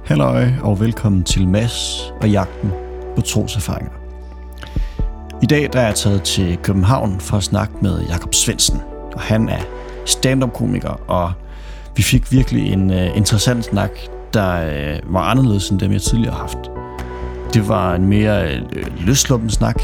Halløj og velkommen til Mads og jagten på troserfaringer. I dag der er jeg taget til København for at snakke med Jakob Svendsen, og han er stand-up-komiker, og vi fik virkelig en interessant snak, der var anderledes end dem, jeg tidligere har haft. Det var en mere løsluppen snak.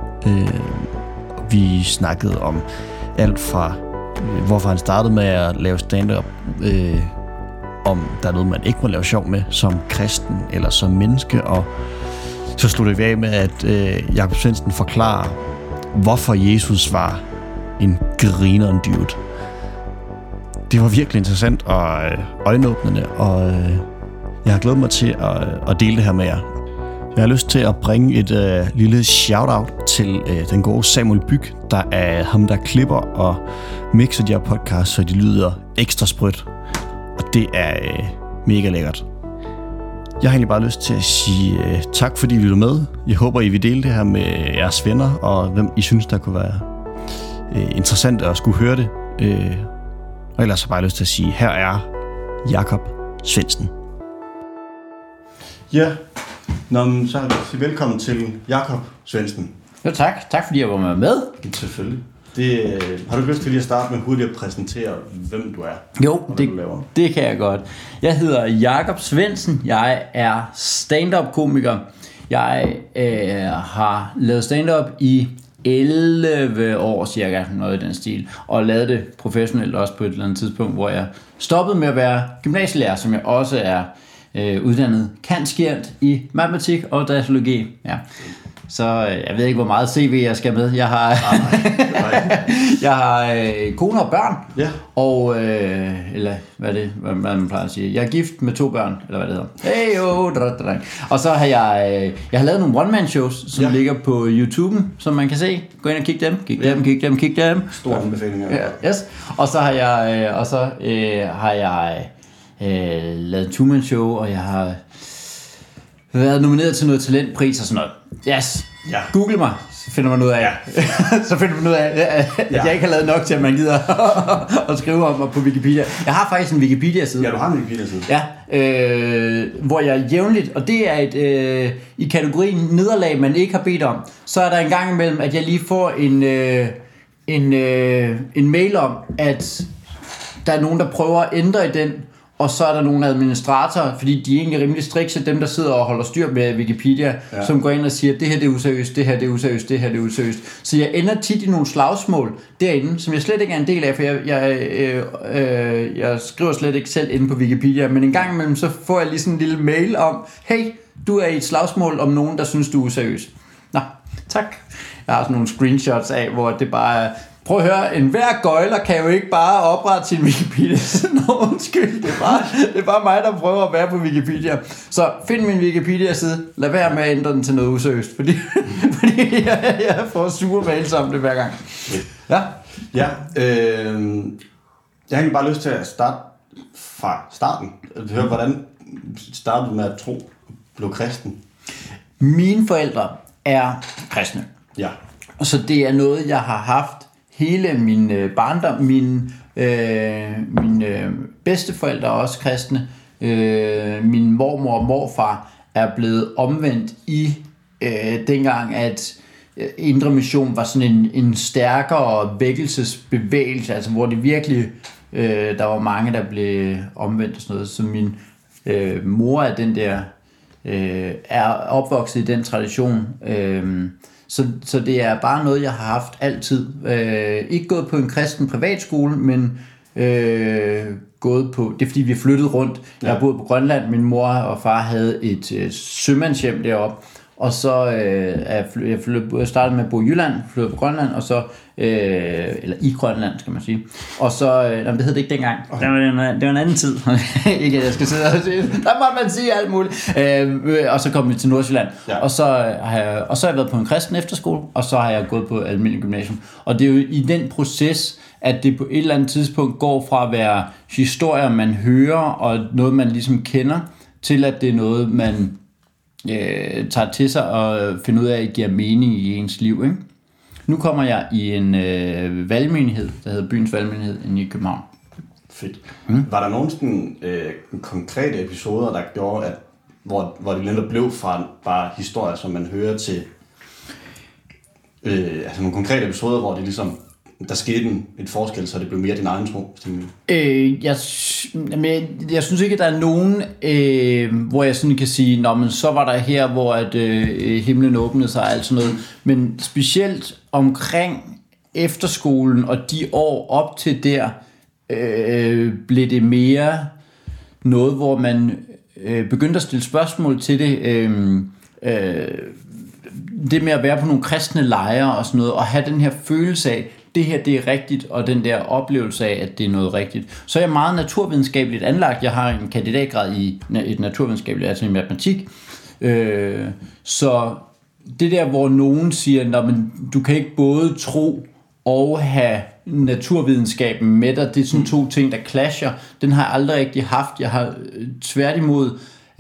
Vi snakkede om alt fra, hvorfor han startede med at lave stand-up, om der er noget, man ikke må lave sjov med som kristen eller som menneske, og så slutter vi af med, at Jakob Svendsen forklarer, hvorfor Jesus var en grineren dude. Det var virkelig interessant og øjenåbnende, og jeg har glædet mig til at dele det her med jer. Jeg har lyst til at bringe et lille shout-out til den gode Samuel Byg, der er ham, der klipper og mixer de her podcasts, så de lyder ekstra sprødt. Og det er mega lækkert. Jeg har egentlig bare lyst til at sige tak, fordi I lytter med. Jeg håber, I vil dele det her med jeres venner, og hvem I synes, der kunne være interessant at skulle høre det. Og ellers har jeg bare lyst til at sige, her er Jakob Svendsen. Ja, så har vi sige velkommen til Jakob Svendsen. Jo, tak. Tak fordi jeg var med. Selvfølgelig. Har du lyst til lige at starte med hurtigt at præsentere, hvem du er? Jo, det kan jeg godt. Jeg hedder Jakob Svendsen. Jeg er stand-up-komiker. Jeg har lavet stand-up i 11 år cirka, noget i den stil. Og lavet det professionelt også på et eller andet tidspunkt, hvor jeg stoppede med at være gymnasielærer, som jeg også er uddannet kantskjert i matematik og datalogi. Ja. Så jeg ved ikke, hvor meget CV jeg skal med. Jeg har, jeg har kone og børn, ja. Og, eller hvad man plejer at sige. Jeg er gift med 2 børn, eller hvad det hedder. Og så har jeg har lavet nogle one-man-shows, som ligger på YouTube, som man kan se. Gå ind og kig dem, kig dem. Store anbefalinger. Ja, yes. Og så har jeg, lavet en two-man-show, og jeg har været nomineret til noget talentpris og sådan noget. Yes. Ja. Google mig, så finder man ud af. Ja. Så finder man ud af, at jeg ikke har lavet nok til, at man gider at skrive om mig på Wikipedia. Jeg har faktisk en Wikipedia-side. Ja, du har en Wikipedia-side. Ja, hvor jeg jævnligt, og det er et i kategorien nederlag, man ikke har bedt om, så er der en gang imellem, at jeg lige får en mail om, at der er nogen, der prøver at ændre i den, og så er der nogle administratorer, fordi de er egentlig rimelig strikse, dem der sidder og holder styr med Wikipedia, som går ind og siger, det her det er useriøst, det her det er useriøst, det her det er useriøst. Så jeg ender tit i nogle slagsmål derinde, som jeg slet ikke er en del af, for jeg skriver slet ikke selv inde på Wikipedia, men en gang imellem så får jeg lige sådan en lille mail om, hey, du er i et slagsmål om nogen, der synes du er useriøs. Nå, tak. Jeg har sådan nogle screenshots af, hvor det bare er, prøv at høre, enhver gøjler kan jo ikke bare oprette sin Wikipedia. Nå, undskyld, det er bare mig, der prøver at være på Wikipedia. Så find min Wikipedia-side. Lad være med at ændre den til noget useriøst, fordi jeg får sure mails om det hver gang. Ja. Ja, jeg har egentlig bare lyst til at starte fra starten. Høre, hvordan startede du med at tro, blev kristen? Mine forældre er kristne. Ja. Så det er noget, jeg har haft hele min barndom. Mine bedsteforældre er også kristne. Min mormor og morfar er blevet omvendt i dengang, at Indre Mission var sådan en stærkere vækkelsesbevægelse, altså hvor det virkelig, der var mange, der blev omvendt og sådan noget. Så min mor er den der, er opvokset i den tradition. Så det er bare noget, jeg har haft altid. Ikke gået på en kristen privatskole, men gået på... Det er fordi, vi er flyttet rundt. Jeg har boet på Grønland. Min mor og far havde et sømandshjem deroppe. Og så jeg startede med at bo i Jylland, flyttede på Grønland, og så... eller i Grønland, skal man sige. Og så... det hed det ikke dengang. Okay. Det var en anden tid. Ikke at jeg skal sidde og sige... Der måtte man sige alt muligt. Og så kom vi til Nordsjælland. Ja. Og så har jeg været på en kristen efterskole, og så har jeg gået på almindelig gymnasium. Og det er jo i den proces, at det på et eller andet tidspunkt går fra at være historier, man hører, og noget, man ligesom kender, til at det er noget, man tager til sig og finder ud af, at det giver mening i ens liv, ikke? Nu kommer jeg i en valgmenighed, der hedder Byens Valgmenighed inde i København. Fedt. Var der nogle sådan, konkrete episoder, der gjorde, at hvor det netop blev fra bare historier, som man hører til altså nogle konkrete episoder, hvor det ligesom der skete et forskel, så det blev mere din egen tro? Jeg synes ikke, at der er nogen, hvor jeg sådan kan sige, nå, men så var der her, hvor at, himlen åbnede sig og alt sådan noget. Men specielt omkring efterskolen og de år op til der, blev det mere noget, hvor man begyndte at stille spørgsmål til det. Det med at være på nogle kristne lejre og sådan noget, og have den her følelse af, det her det er rigtigt, og den der oplevelse af, at det er noget rigtigt. Så er jeg meget naturvidenskabeligt anlagt. Jeg har en kandidatgrad i et naturvidenskabeligt, altså i matematik. Så det der, hvor nogen siger, men du kan ikke både tro og have naturvidenskaben med dig, det er sådan to ting, der clasher. Den har jeg aldrig rigtig haft. Jeg har tværtimod...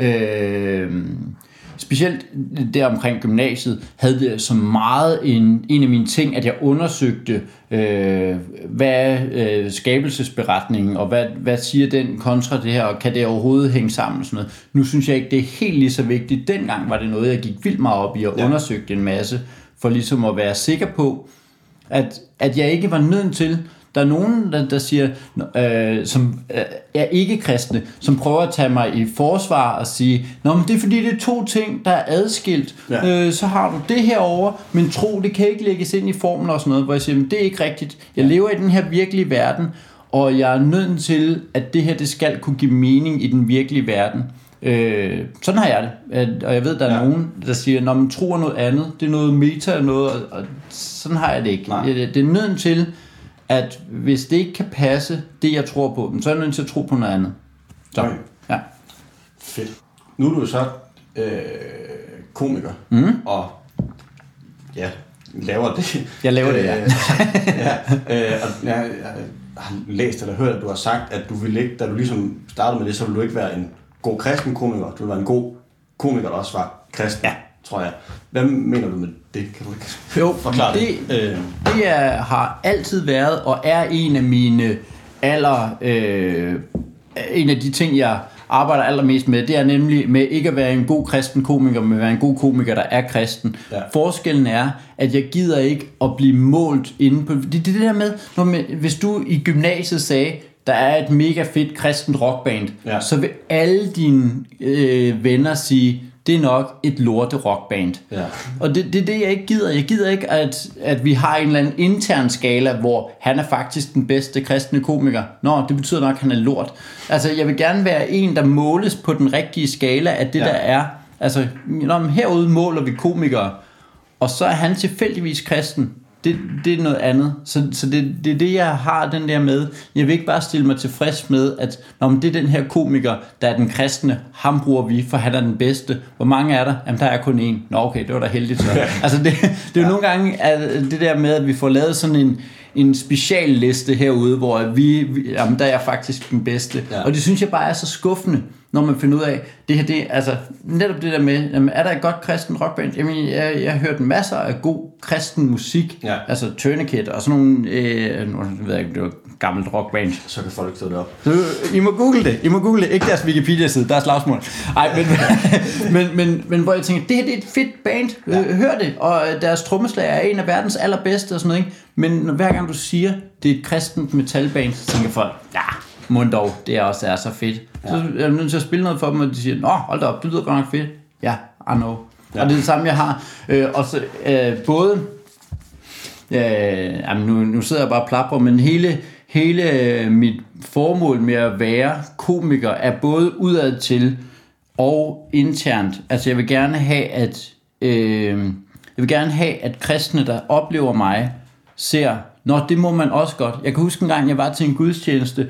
Specielt der omkring gymnasiet havde det så meget en af mine ting, at jeg undersøgte, hvad skabelsesberetningen, og hvad siger den kontra det her, og kan det overhovedet hænge sammen og sådan noget. Nu synes jeg ikke, det er helt lige så vigtigt. Dengang var det noget, jeg gik vildt meget op i og undersøgte en masse, for ligesom at være sikker på, at jeg ikke var nødt til. Der er nogen, der siger, som er ikke kristne, som prøver at tage mig i forsvar og sige, men det er fordi, det er to ting, der er adskilt. Ja. Så har du det her over, men tro, det kan ikke lægges ind i formler og sådan noget, hvor jeg siger, det er ikke rigtigt. Jeg lever i den her virkelige verden, og jeg er nødt til, at det her, det skal kunne give mening i den virkelige verden. Sådan har jeg det. Og jeg ved, der er nogen, der siger, men tro er noget andet. Det er noget meta og noget, og sådan har jeg det ikke. Det er nødt til, at hvis det ikke kan passe det, jeg tror på, så er jeg nødt til at tro på noget andet. Så, okay. Ja. Fedt. Nu er du så komiker, og laver det. Jeg laver det, ja. Og jeg har læst eller hørt, at du har sagt, at du ville ikke, da du ligesom startede med det, så ville du ikke være en god kristen komiker. Du ville være en god komiker, der også var kristen, tror jeg. Hvad mener du med det? Kan du ikke forklare det? Det har altid været og er en af mine en af de ting, jeg arbejder allermest med. Det er nemlig med ikke at være en god kristen komiker, men at være en god komiker, der er kristen. Ja. Forskellen er, at jeg gider ikke at blive målt inde på... Det der med, hvis du i gymnasiet sagde, der er et mega fedt kristent rockband, så vil alle dine venner sige, det er nok et lorte rockband. Ja. Og det er det, jeg ikke gider. Jeg gider ikke, at vi har en eller anden intern skala, hvor han er faktisk den bedste kristne komiker. Det betyder nok, at han er lort. Altså, jeg vil gerne være en, der måles på den rigtige skala af det, der er. Altså, herude måler vi komikere, og så er han tilfældigvis kristen. Det er noget andet. Så det er det, jeg har den der med. Jeg vil ikke bare stille mig tilfreds med, at det er den her komiker, der er den kristne. Ham bruger vi, for han er den bedste. Hvor mange er der? Jamen, der er kun én. Okay, det var da heldigt så. Altså, det er jo nogle gange at det der med, at vi får lavet sådan en specialliste herude, hvor jamen, der er jeg faktisk den bedste. Ja. Og det synes jeg bare er så skuffende, når man finder ud af, det her, altså netop det der med, jamen, er der et godt kristen rockband? Jamen, jeg har hørt masser af god kristen musik, altså Tourniquet og sådan nogle, nu ved jeg ikke, det var et gammelt rockband. Så kan folk stå det op. Så, I må google det, ikke deres Wikipedia-side, der er slagsmål. Men hvor jeg tænker, det her det er et fedt band, hør det, og deres trommeslager er en af verdens allerbedste og sådan noget, ikke? Men hver gang du siger, det er et kristent metalband, så tænker folk, må dog, det er også så fedt. Så er jeg nødt til at spille noget for dem, og de siger, hold da op, det lyder godt nok fedt. Ja, I know. Ja. Og det er det samme, jeg har. Og så både, nu sidder jeg bare og plapper, men hele mit formål med at være komiker er både udad til og internt. Altså jeg vil gerne have, at kristne, der oplever mig, ser, det må man også godt. Jeg kan huske en gang, jeg var til en gudstjeneste,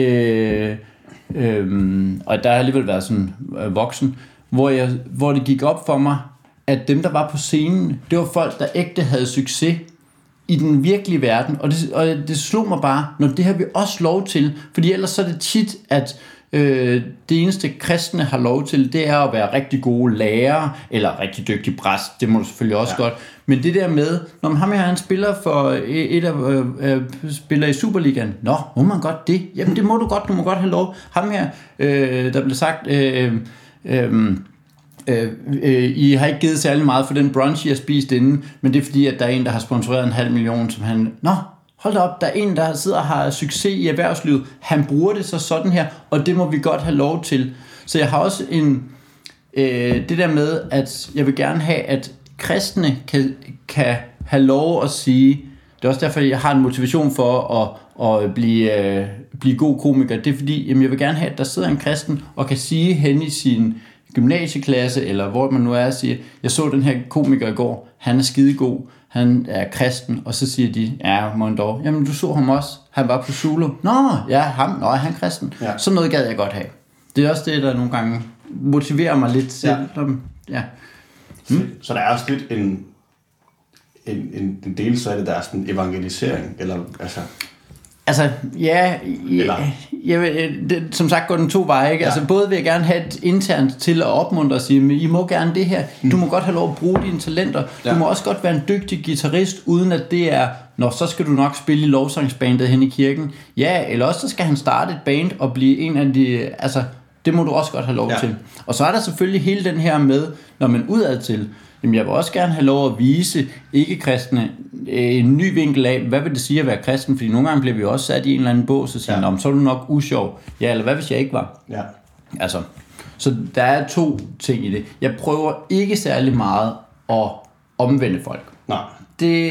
og der har alligevel været sådan voksen, hvor det gik op for mig, at dem, der var på scenen, det var folk, der ægte havde succes i den virkelige verden, og det slog mig bare, når det har vi også lov til, fordi ellers så er det tit, at det eneste kristne har lov til, det er at være rigtig gode lærere, eller rigtig dygtig præst, det må du selvfølgelig også godt, men det der med, når ham her han spiller for spiller i Superligaen, må man godt det? Jamen det må du godt have lov. Ham her, der blev sagt, I har ikke givet særlig meget for den brunch, I har spist inden, men det er fordi, at der er en, der har sponsoreret 500.000, som han... Nå, hold da op, der er en, der sidder og har succes i erhvervslivet. Han bruger det så sådan her, og det må vi godt have lov til. Så jeg har også det der med, at jeg vil gerne have, at kristne kan have lov at sige... Det er også derfor, jeg har en motivation for at blive god komiker. Det er fordi, jeg vil gerne have, at der sidder en kristen og kan sige hen i sin gymnasieklasse, eller hvor man nu er, og siger, jeg så den her komiker i går, han er skidegod, han er kristen, og så siger de, ja, må dog, jamen du så ham også, han var på Zulu. Nå, ja, han er kristen. Ja. Sådan noget gad jeg godt have. Det er også det, der nogle gange motiverer mig lidt til. Ja. Så der er også lidt en del, så er det der er sådan evangelisering, eller altså, ja, som sagt går den 2 veje, ikke? Ja. Altså, både vil jeg gerne have et internt til at opmuntre og sige, I må gerne det her, du må godt have lov at bruge dine talenter, du må også godt være en dygtig guitarist, uden at det er, så skal du nok spille i lovsangsbandet hen i kirken, ja, eller også så skal han starte et band og blive en af de, altså, det må du også godt have lov til. Og så er der selvfølgelig hele den her med, når man udad til, jamen jeg vil også gerne have lov at vise ikke-kristne en ny vinkel af, hvad vil det sige at være kristen? Fordi nogle gange bliver vi også sat i en eller anden bås og siger, så er du nok usjov. Ja, eller hvad hvis jeg ikke var? Ja. Altså, så der er 2 ting i det. Jeg prøver ikke særlig meget at omvende folk. Nej. Det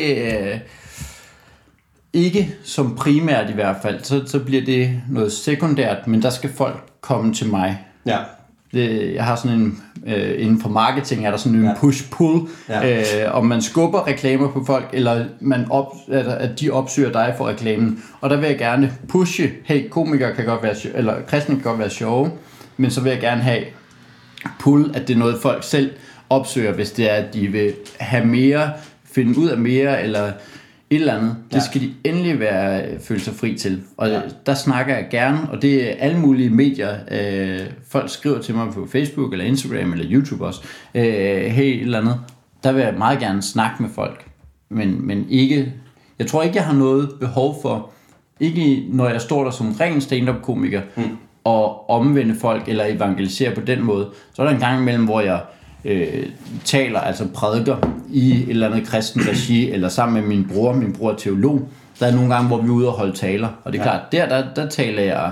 ikke som primært i hvert fald, så bliver det noget sekundært, men der skal folk komme til mig. Ja. Jeg har sådan en, inden for marketing er der sådan en push-pull, om man skubber reklamer på folk, eller at de opsøger dig for reklamen. Og der vil jeg gerne pushe, hey, komikere kan godt være eller kristne kan godt være sjove, men så vil jeg gerne have pull, at det er noget folk selv opsøger, hvis det er, at de vil have mere, finde ud af mere, eller et eller andet. Det skal de endelig føle sig fri til. Og der snakker jeg gerne, og det er alle mulige medier. Folk skriver til mig på Facebook, eller Instagram, eller YouTube også. Hey, et eller andet. Der vil jeg meget gerne snakke med folk. Men ikke... Jeg tror ikke, jeg har noget behov for, ikke når jeg står der som ren stand-up-komiker, og omvende folk, eller evangelisere på den måde. Så er der en gang imellem, hvor jeg taler, altså prædiker i et eller andet kristen regi, eller sammen med min bror er teolog. Der er nogle gange, hvor vi er ude og holde taler, og det er klart, der taler jeg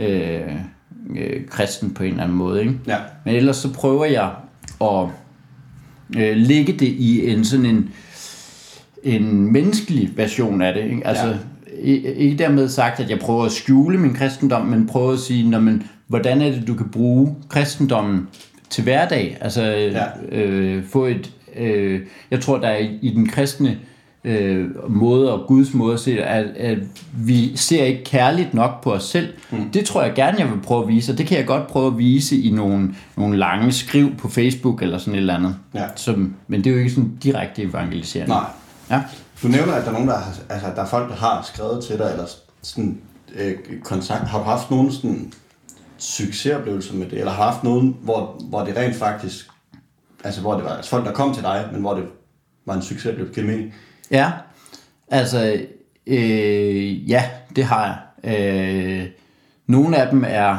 kristen på en eller anden måde, ikke? Ja. Men ellers så prøver jeg at lægge det i en sådan en menneskelig version af det, ikke? Altså ikke dermed sagt, at jeg prøver at skjule min kristendom, men prøver at sige, hvordan er det, du kan bruge kristendommen til hverdag, altså få et, jeg tror der er i den kristne måde og Guds måde at se, at vi ser ikke kærligt nok på os selv. Det tror jeg gerne, jeg vil prøve at vise, og det kan jeg godt prøve at vise i nogle lange skriv på Facebook eller sådan et eller andet. Ja. Men det er jo ikke sådan direkte evangelisering. Nej. Ja. Du nævner, at der er nogen, der er folk, der har skrevet til dig, eller sådan kontakt. Har du haft nogen sådan succesoplevelser med det, eller har haft nogen, hvor det rent faktisk, altså hvor det var folk, der kom til dig, men hvor det var en succesoplevelse, giver mening? Ja, altså, ja, det har jeg. Nogle af dem er,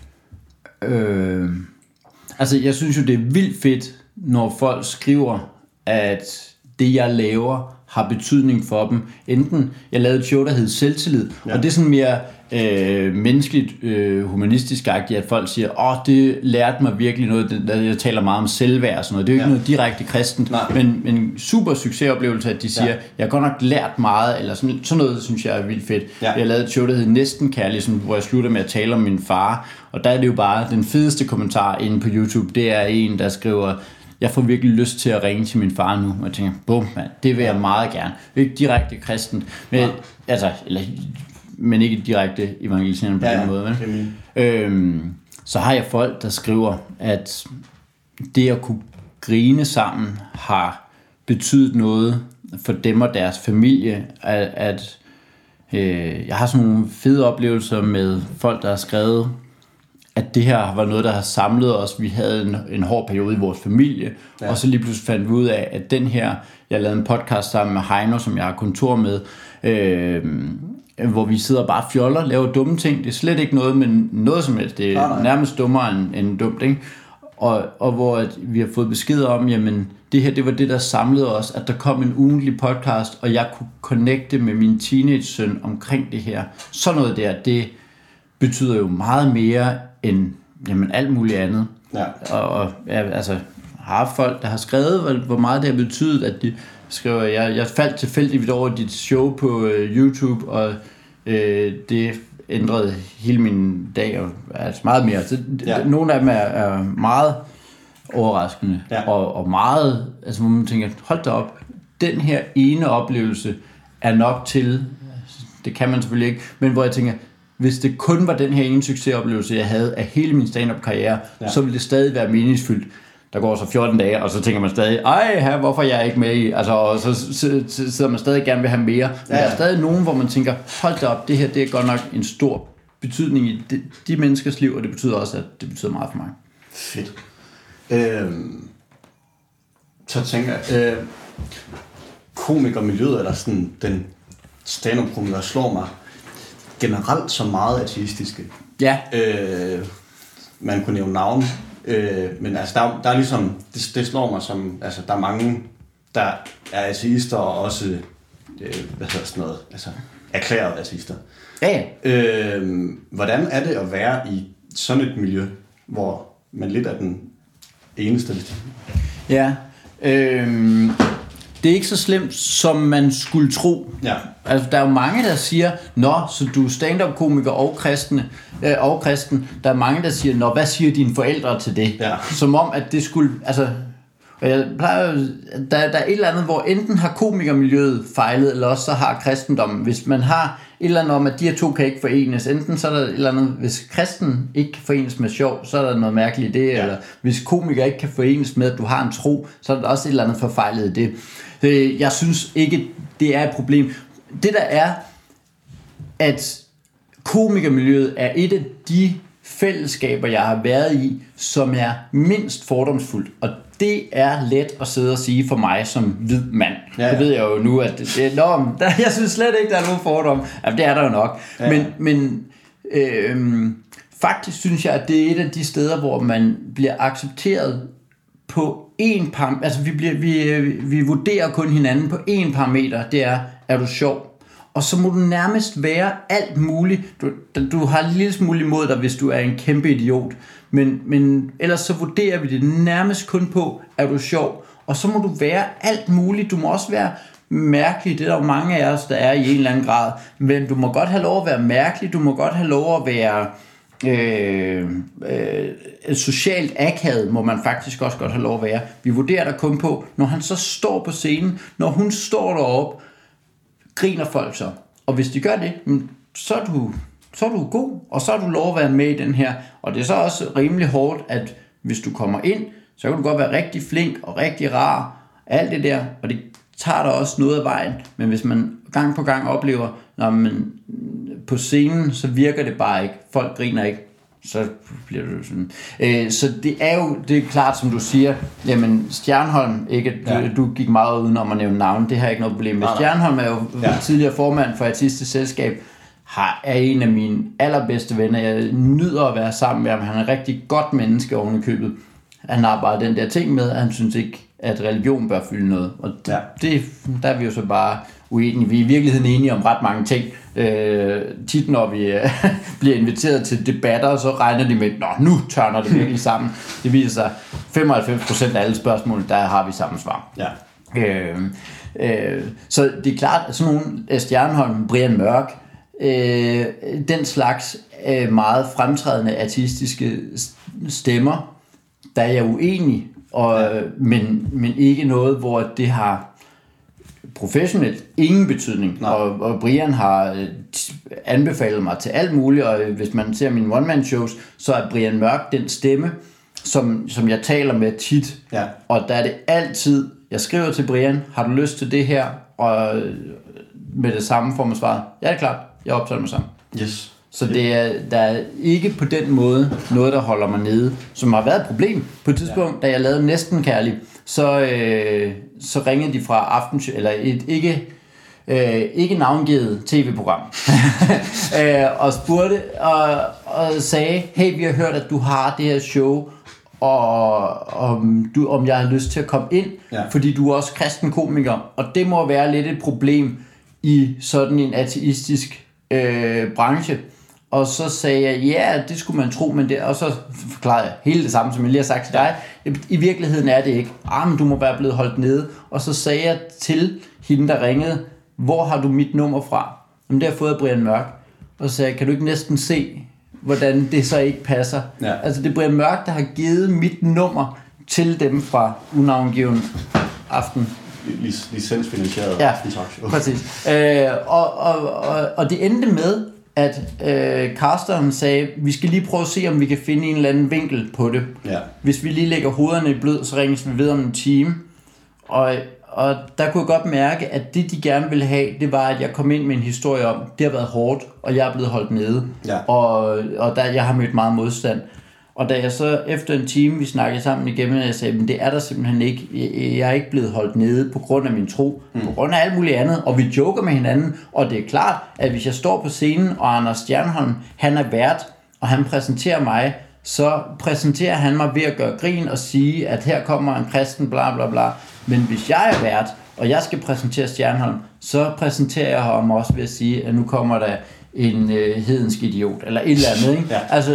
altså jeg synes jo, det er vildt fedt, når folk skriver, at det jeg laver har betydning for dem. Enten, jeg lavede et show, der hed Selvtillid, og det er sådan mere menneskeligt, humanistisk-agtigt, at folk siger, det lærte mig virkelig noget, jeg taler meget om selvværd og sådan noget. Det er jo ikke noget direkte kristent, men super succesoplevelse, at de siger, jeg har godt nok lært meget, eller sådan noget, synes jeg er vildt fedt. Jeg lavede et show, der hed Næsten Kærlig, hvor jeg slutter med at tale om min far, og der er det jo bare den fedeste kommentar inde på YouTube, det er en, der skriver, jeg får virkelig lyst til at ringe til min far nu, og jeg tænker, bum, man, det vil jeg meget gerne. Ikke direkte kristent, men, men ikke direkte evangeliserende på den måde. Så har jeg folk, der skriver, at det at kunne grine sammen har betydet noget for dem og deres familie, at jeg har sådan nogle fede oplevelser med folk, der har skrevet, at det her var noget, der har samlet os. Vi havde en hård periode i vores familie, og så lige pludselig fandt vi ud af, at den her, jeg lavede en podcast sammen med Heino, som jeg har kontor med, hvor vi sidder bare fjoller, laver dumme ting. Det er slet ikke noget, men noget som helst. Det er nærmest dummere end dumt, ikke? og hvor at vi har fået besked om, jamen det her, det var det, der samlede os, at der kom en ugentlig podcast, og jeg kunne connecte med min teenage-søn omkring det her. Sådan noget der, det betyder jo meget mere end alt muligt andet. Ja. Og altså, har folk, der har skrevet, hvor meget det har betydet, at de skriver, jeg faldt tilfældigt over dit show på YouTube, og det ændrede hele min dag, og altså meget mere. Så nogle af dem er meget overraskende, og meget, altså hvor man tænker, hold da op, den her ene oplevelse er nok til, det kan man selvfølgelig ikke, men hvor jeg tænker, hvis det kun var den her ene succesoplevelse, jeg havde af hele min stand-up-karriere, så ville det stadig være meningsfyldt. Der går så 14 dage, og så tænker man stadig, hvorfor jeg er ikke med i? Altså, og så sidder man stadig gerne vil have mere. Men der er stadig nogen, hvor man tænker, hold da op, det her, det er godt nok en stor betydning i de menneskers liv, og det betyder også, at det betyder meget for mig. Fedt. Så tænker jeg, komikermiljøet, eller sådan den stand-up-komiker slår mig generelt så meget ateistiske. Ja. Man kunne nævne navn, men altså der er ligesom, det slår mig som, altså der er mange, der er ateister, og også, altså erklærede ateister. Ja. Hvordan er det at være i sådan et miljø, hvor man lidt er den eneste? Ja, det er ikke så slemt, som man skulle tro. Ja. Altså, der er jo mange, der siger, så du er stand-up-komiker og kristen. Der er mange, der siger, hvad siger dine forældre til det? Ja. Som om, at det skulle, altså, jeg plejer, der er et eller andet, hvor enten har komikermiljøet fejlet, eller også så har kristendommen. Hvis man har et eller andet om, at de her to kan ikke forenes, enten så er der et eller andet, hvis kristen ikke kan forenes med sjov, så er der noget mærkeligt i det, eller hvis komiker ikke kan forenes med, at du har en tro, så er der også et eller andet forfejlet i det. Jeg synes ikke, det er et problem. Det der er, at komikermiljøet er et af de fællesskaber, jeg har været i, som er mindst fordomsfuldt, og det er let at sidde og sige for mig som hvid mand. Ja. Det ved jeg jo nu, at jeg synes slet ikke, der er nogen fordom. Jamen, det er der jo nok. Ja. Men faktisk synes jeg, at det er et af de steder, hvor man bliver accepteret på én parameter. Altså, vi vurderer kun hinanden på én parameter. Det er du sjov? Og så må du nærmest være alt muligt. Du har en lille smule imod dig, hvis du er en kæmpe idiot. Men ellers så vurderer vi det nærmest kun på, er du sjov. Og så må du være alt muligt. Du må også være mærkelig. Det er der jo mange af os, der er i en eller anden grad. Men du må godt have lov at være mærkelig. Du må godt have lov at være socialt akavet, må man faktisk også godt have lov at være. Vi vurderer der kun på, når han så står på scenen, når hun står deroppe, griner folk så. Og hvis de gør det, så er du god, og så er du lov at være med i den her. Og det er så også rimelig hårdt, at hvis du kommer ind, så kan du godt være rigtig flink og rigtig rar, alt det der, og det tager der også noget af vejen. Men hvis man gang på gang oplever, på scenen, så virker det bare ikke. Folk griner ikke. Så bliver det sådan. Så det er klart, som du siger, jamen Stjernholm, du gik meget udenom at nævne navn, det har ikke noget problem med. Stjernholm er jo tidligere formand for Artistisk Selskab, er en af mine allerbedste venner. Jeg nyder at være sammen med ham. Han er et rigtig godt menneske oven i købet. Han har bare den der ting med, at han synes ikke, at religion bør fylde noget. Og der er vi jo så bare uenige. Vi er i virkeligheden enige om ret mange ting. Tit når vi bliver inviteret til debatter, så regner de med, nu tørner det virkelig sammen. Det viser sig, 95% af alle spørgsmål, der har vi samme svar. Ja. Så det er klart, at sådan nogle Stjernholm, Brian Mørk, den slags meget fremtrædende artistiske stemmer, der er jeg uenig, men ikke noget, hvor det har professionelt ingen betydning. Og Brian har anbefalet mig til alt muligt, og hvis man ser mine one-man-shows, så er Brian Mørk den stemme, som jeg taler med tit. Ja. Og der er det altid, jeg skriver til Brian, har du lyst til det her? Og med det samme får man svaret, ja, det er klart, jeg optager mig sammen. Yes. Så der er ikke på den måde noget, der holder mig nede, som har været et problem. På et tidspunkt, da jeg lavede Næsten Kærlig, så ringede de fra Aftenshow, eller et ikke navngivet tv-program, og spurgte og sagde, hey, vi har hørt, at du har det her show, om jeg har lyst til at komme ind, fordi du er også kristen komiker, og det må være lidt et problem i sådan en ateistisk branche. Og så sagde jeg, ja, det skulle man tro, men det, og så forklarede jeg hele det samme, som jeg lige har sagt til dig. I virkeligheden er det ikke. Men du må være blevet holdt nede. Og så sagde jeg til hende, der ringede, hvor har du mit nummer fra? Jamen, det har jeg fået af Brian Mørk. Og så sagde jeg, kan du ikke næsten se, hvordan det så ikke passer? Ja. Altså, det er Brian Mørk, der har givet mit nummer til dem fra unavngiven aften. Licensfinansieret aftentalkshow. Præcis. Og det endte med, at casteren sagde, vi skal lige prøve at se, om vi kan finde en eller anden vinkel på det. Ja. Hvis vi lige lægger hovederne i blød, så ringes vi ved om en time. Og der kunne jeg godt mærke, at det de gerne ville have, det var, at jeg kom ind med en historie om, det har været hårdt, og jeg er blevet holdt nede. Ja. Og der, jeg har mødt meget modstand. Og da jeg så efter en time, vi snakkede sammen igennem, og jeg sagde, men det er der simpelthen ikke. Jeg er ikke blevet holdt nede på grund af min tro, på grund af alt muligt andet, og vi joker med hinanden, og det er klart, at hvis jeg står på scenen, og Anders Stjernholm, han er vært, og han præsenterer mig, så præsenterer han mig ved at gøre grin og sige, at her kommer en kristen, bla bla bla. Men hvis jeg er vært, og jeg skal præsentere Stjernholm, så præsenterer jeg ham også ved at sige, at nu kommer der en hedensk idiot, eller et eller andet, ikke? Ja. Altså,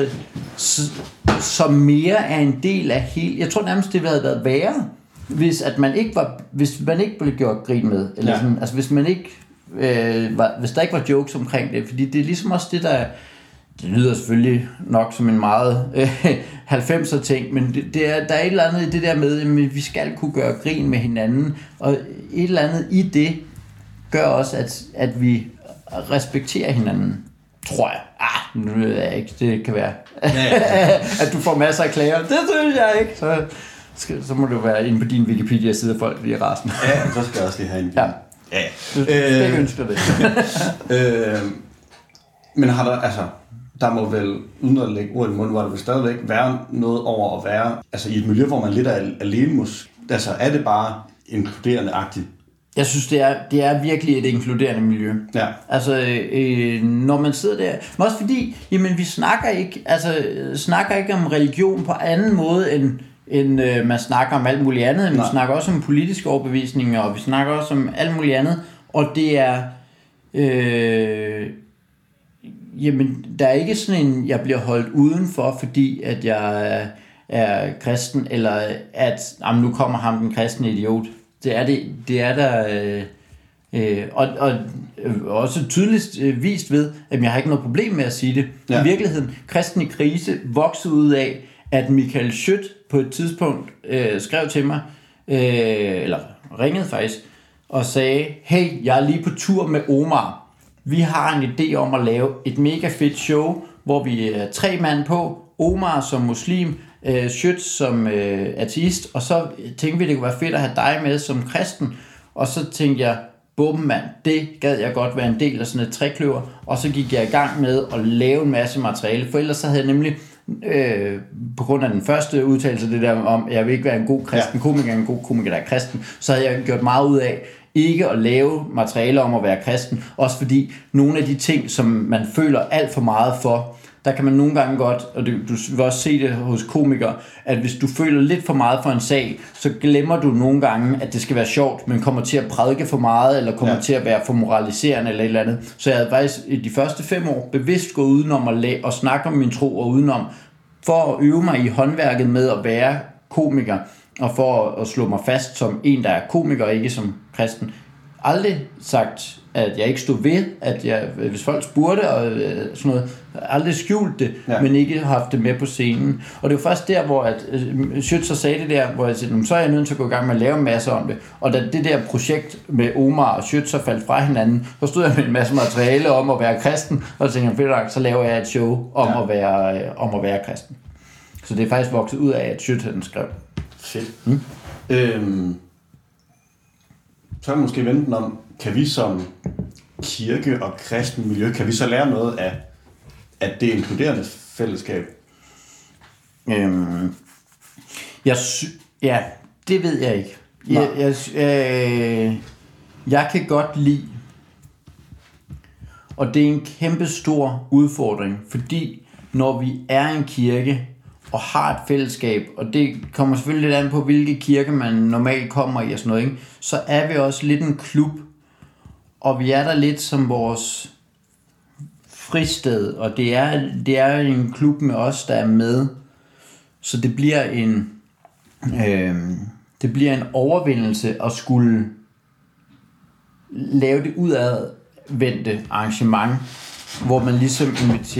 som mere er en del af hele... Jeg tror nærmest, det havde været værre, hvis man ikke blev gjort grin med, eller sådan, altså hvis man ikke... hvis der ikke var jokes omkring det, fordi det er ligesom også det, der... Det lyder selvfølgelig nok som en meget 90'er ting, men der er et eller andet i det der med, at vi skal kunne gøre grin med hinanden, og et eller andet i det gør også, at vi respekterer hinanden, tror jeg. Nu ved jeg ikke, det kan være, at du får masser af klager. Det synes jeg ikke. Så må det være inde på din Wikipedia-side, af folk lige rasen. Ja, så skal jeg også lige have en video. Ja. Du skal ikke ønske det. Men har der, altså... Der må vel, uden at lægge ord i munden, hvor der vil stadigvæk være noget over at være, altså i et miljø, hvor man lidt er alene, altså er det bare inkluderende-agtigt? Jeg synes, det er virkelig et inkluderende miljø. Ja. Altså, når man sidder der, men også fordi, jamen vi snakker ikke om religion på anden måde, end man snakker om alt muligt andet. Vi snakker også om politiske overbevisninger, og vi snakker også om alt muligt andet, og det er... Jamen, der er ikke sådan en, jeg bliver holdt udenfor, fordi at jeg er kristen, eller at nu kommer ham den kristne idiot. Det er der og også tydeligt vist ved, at jeg har ikke noget problem med at sige det. Ja. I virkeligheden, Kristen i krise voksede ud af, at Michael Schødt på et tidspunkt skrev til mig, eller ringede faktisk, og sagde, hey, jeg er lige på tur med Omar. Vi har en idé om at lave et mega fedt show, hvor vi er 3 mand på. Omar som muslim, Schødt som ateist, og så tænkte vi, det kunne være fedt at have dig med som kristen. Og så tænkte jeg, bum mand, det gad jeg godt være en del af sådan et trekløver. Og så gik jeg i gang med at lave en masse materiale, for ellers så havde jeg nemlig, på grund af den første udtalelse, det der om, at jeg vil ikke være en god kristen komiker, en god komiker, der er kristen, så havde jeg gjort meget ud af, ikke at lave materialer om at være kristen, også fordi nogle af de ting, som man føler alt for meget for, der kan man nogle gange godt, og du vil også se det hos komikere, at hvis du føler lidt for meget for en sag, så glemmer du nogle gange, at det skal være sjovt, men kommer til at prædike for meget, eller kommer til at være for moraliserende, eller et eller andet. Så jeg havde faktisk i de første 5 år bevidst gået udenom at snakke om min tro, og udenom, for at øve mig i håndværket med at være komiker, og for at slå mig fast som en, der er komiker, og ikke som kristen. Aldrig sagt, at jeg ikke stod ved, at jeg, hvis folk spurgte og sådan noget, aldrig skjult det, men ikke haft det med på scenen. Og det var først der, hvor at Schødt så sagde det der, hvor jeg sagde, så er jeg nødt til at gå i gang med at lave en masse om det. Og da det der projekt med Omar og Schødt så faldt fra hinanden, så stod jeg med en masse materiale om at være kristen, og så tænkte jeg, så laver jeg et show om at være kristen. Så det er faktisk vokset ud af, at Schødt han skrev. Fedt. Så kan vi måske vente den om, kan vi som kirke og kristen miljø, kan vi så lære noget af det inkluderende fællesskab? Ja, det ved jeg ikke. Jeg kan godt lide, og det er en kæmpe stor udfordring, fordi når vi er en kirke, og har et fællesskab, og det kommer selvfølgelig lidt an på, hvilke kirke man normalt kommer i og sådan noget, ikke? Så er vi også lidt en klub, og vi er der lidt som vores fristed, og det er en klub med os, der er med, så det bliver en overvindelse at skulle lave det udadvendte arrangement, hvor man ligesom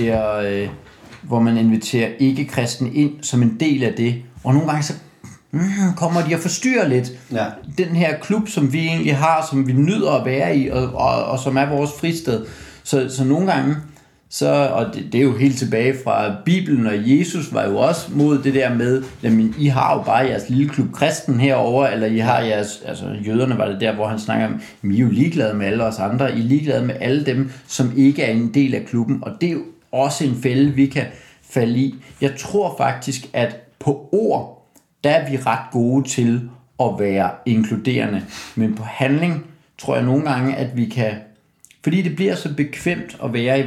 inviterer ikke-kristne ind som en del af det, og nogle gange så kommer de at forstyrre lidt den her klub, som vi egentlig har, som vi nyder at være i, og som er vores fristed. Så nogle gange, og det er jo helt tilbage fra Bibelen, og Jesus var jo også mod det der med, jamen I har jo bare jeres lille klub kristen herover, eller I har jeres, altså jøderne var det der, hvor han snakker om, I er jo ligeglade med alle os andre, I er ligeglade med alle dem, som ikke er en del af klubben, og det er jo også en fælde, vi kan falde i. Jeg tror faktisk, at på ord, der er vi ret gode til at være inkluderende, men på handling tror jeg nogle gange, at vi kan, fordi det bliver så bekvemt at være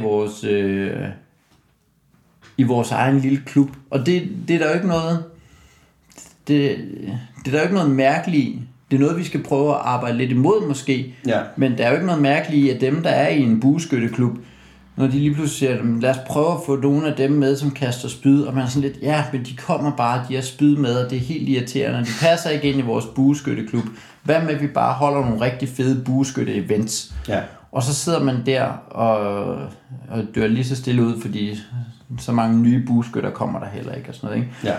i vores egen lille klub, og det er der jo ikke noget, det er der jo ikke noget mærkeligt i. Det er noget, vi skal prøve at arbejde lidt imod måske, men der er jo ikke noget mærkeligt i, at dem, der er i en bueskytteklub, når de lige pludselig siger, lad os prøve at få nogle af dem med, som kaster spyd, og man er sådan lidt, ja, men de kommer bare, de har spyd med, og det er helt irriterende, de passer ikke ind i vores bueskytteklub. Hvad med, at vi bare holder nogle rigtig fede bueskytte-events? Ja. Og så sidder man der og dør lige så stille ud, fordi så mange nye bueskytter kommer der heller ikke, og sådan noget, ikke? Ja.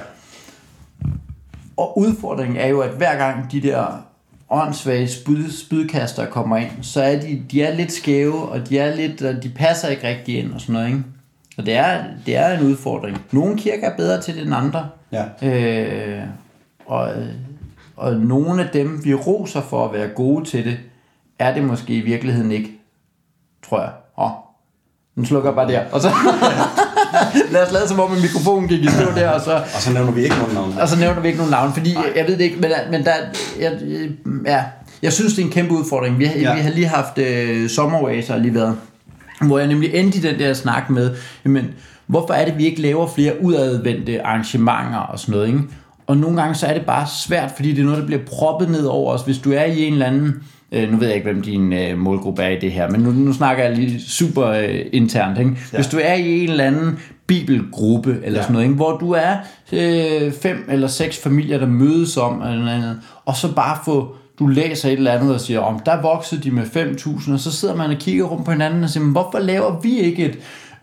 Og udfordringen er jo, at hver gang de der åndssvage spydkaster kommer ind, så er de er lidt skæve, og de passer ikke rigtig ind og sådan noget, ikke? Og det er en udfordring. Nogle kirker er bedre til det end andre. Ja. Og nogle af dem, vi roser for at være gode til det, er det måske i virkeligheden ikke, tror jeg. Nu slukker jeg bare der. Og så lad os lade som om en mikrofon gik i stå der, og så nævner vi ikke nogen navn. Fordi jeg ved det ikke, men der, jeg synes, det er en kæmpe udfordring. Vi har lige haft sommeroaser lige været, hvor jeg nemlig endte i den der snak med, jamen, hvorfor er det, vi ikke laver flere udadvendte arrangementer og sådan noget, ikke? Og nogle gange så er det bare svært, fordi det er noget, der bliver proppet ned over os. Hvis du er i en eller anden, nu ved jeg ikke, hvem din målgruppe er i det her, men nu snakker jeg lige super internt, ikke? Ja. Hvis du er i en eller anden bibelgruppe eller sådan noget, ikke? Hvor du er 5 eller 6 familier, der mødes om eller andet, og så bare du læser et eller andet og siger, der voksede de med 5.000, og så sidder man og kigger rundt på hinanden og siger, hvorfor laver vi ikke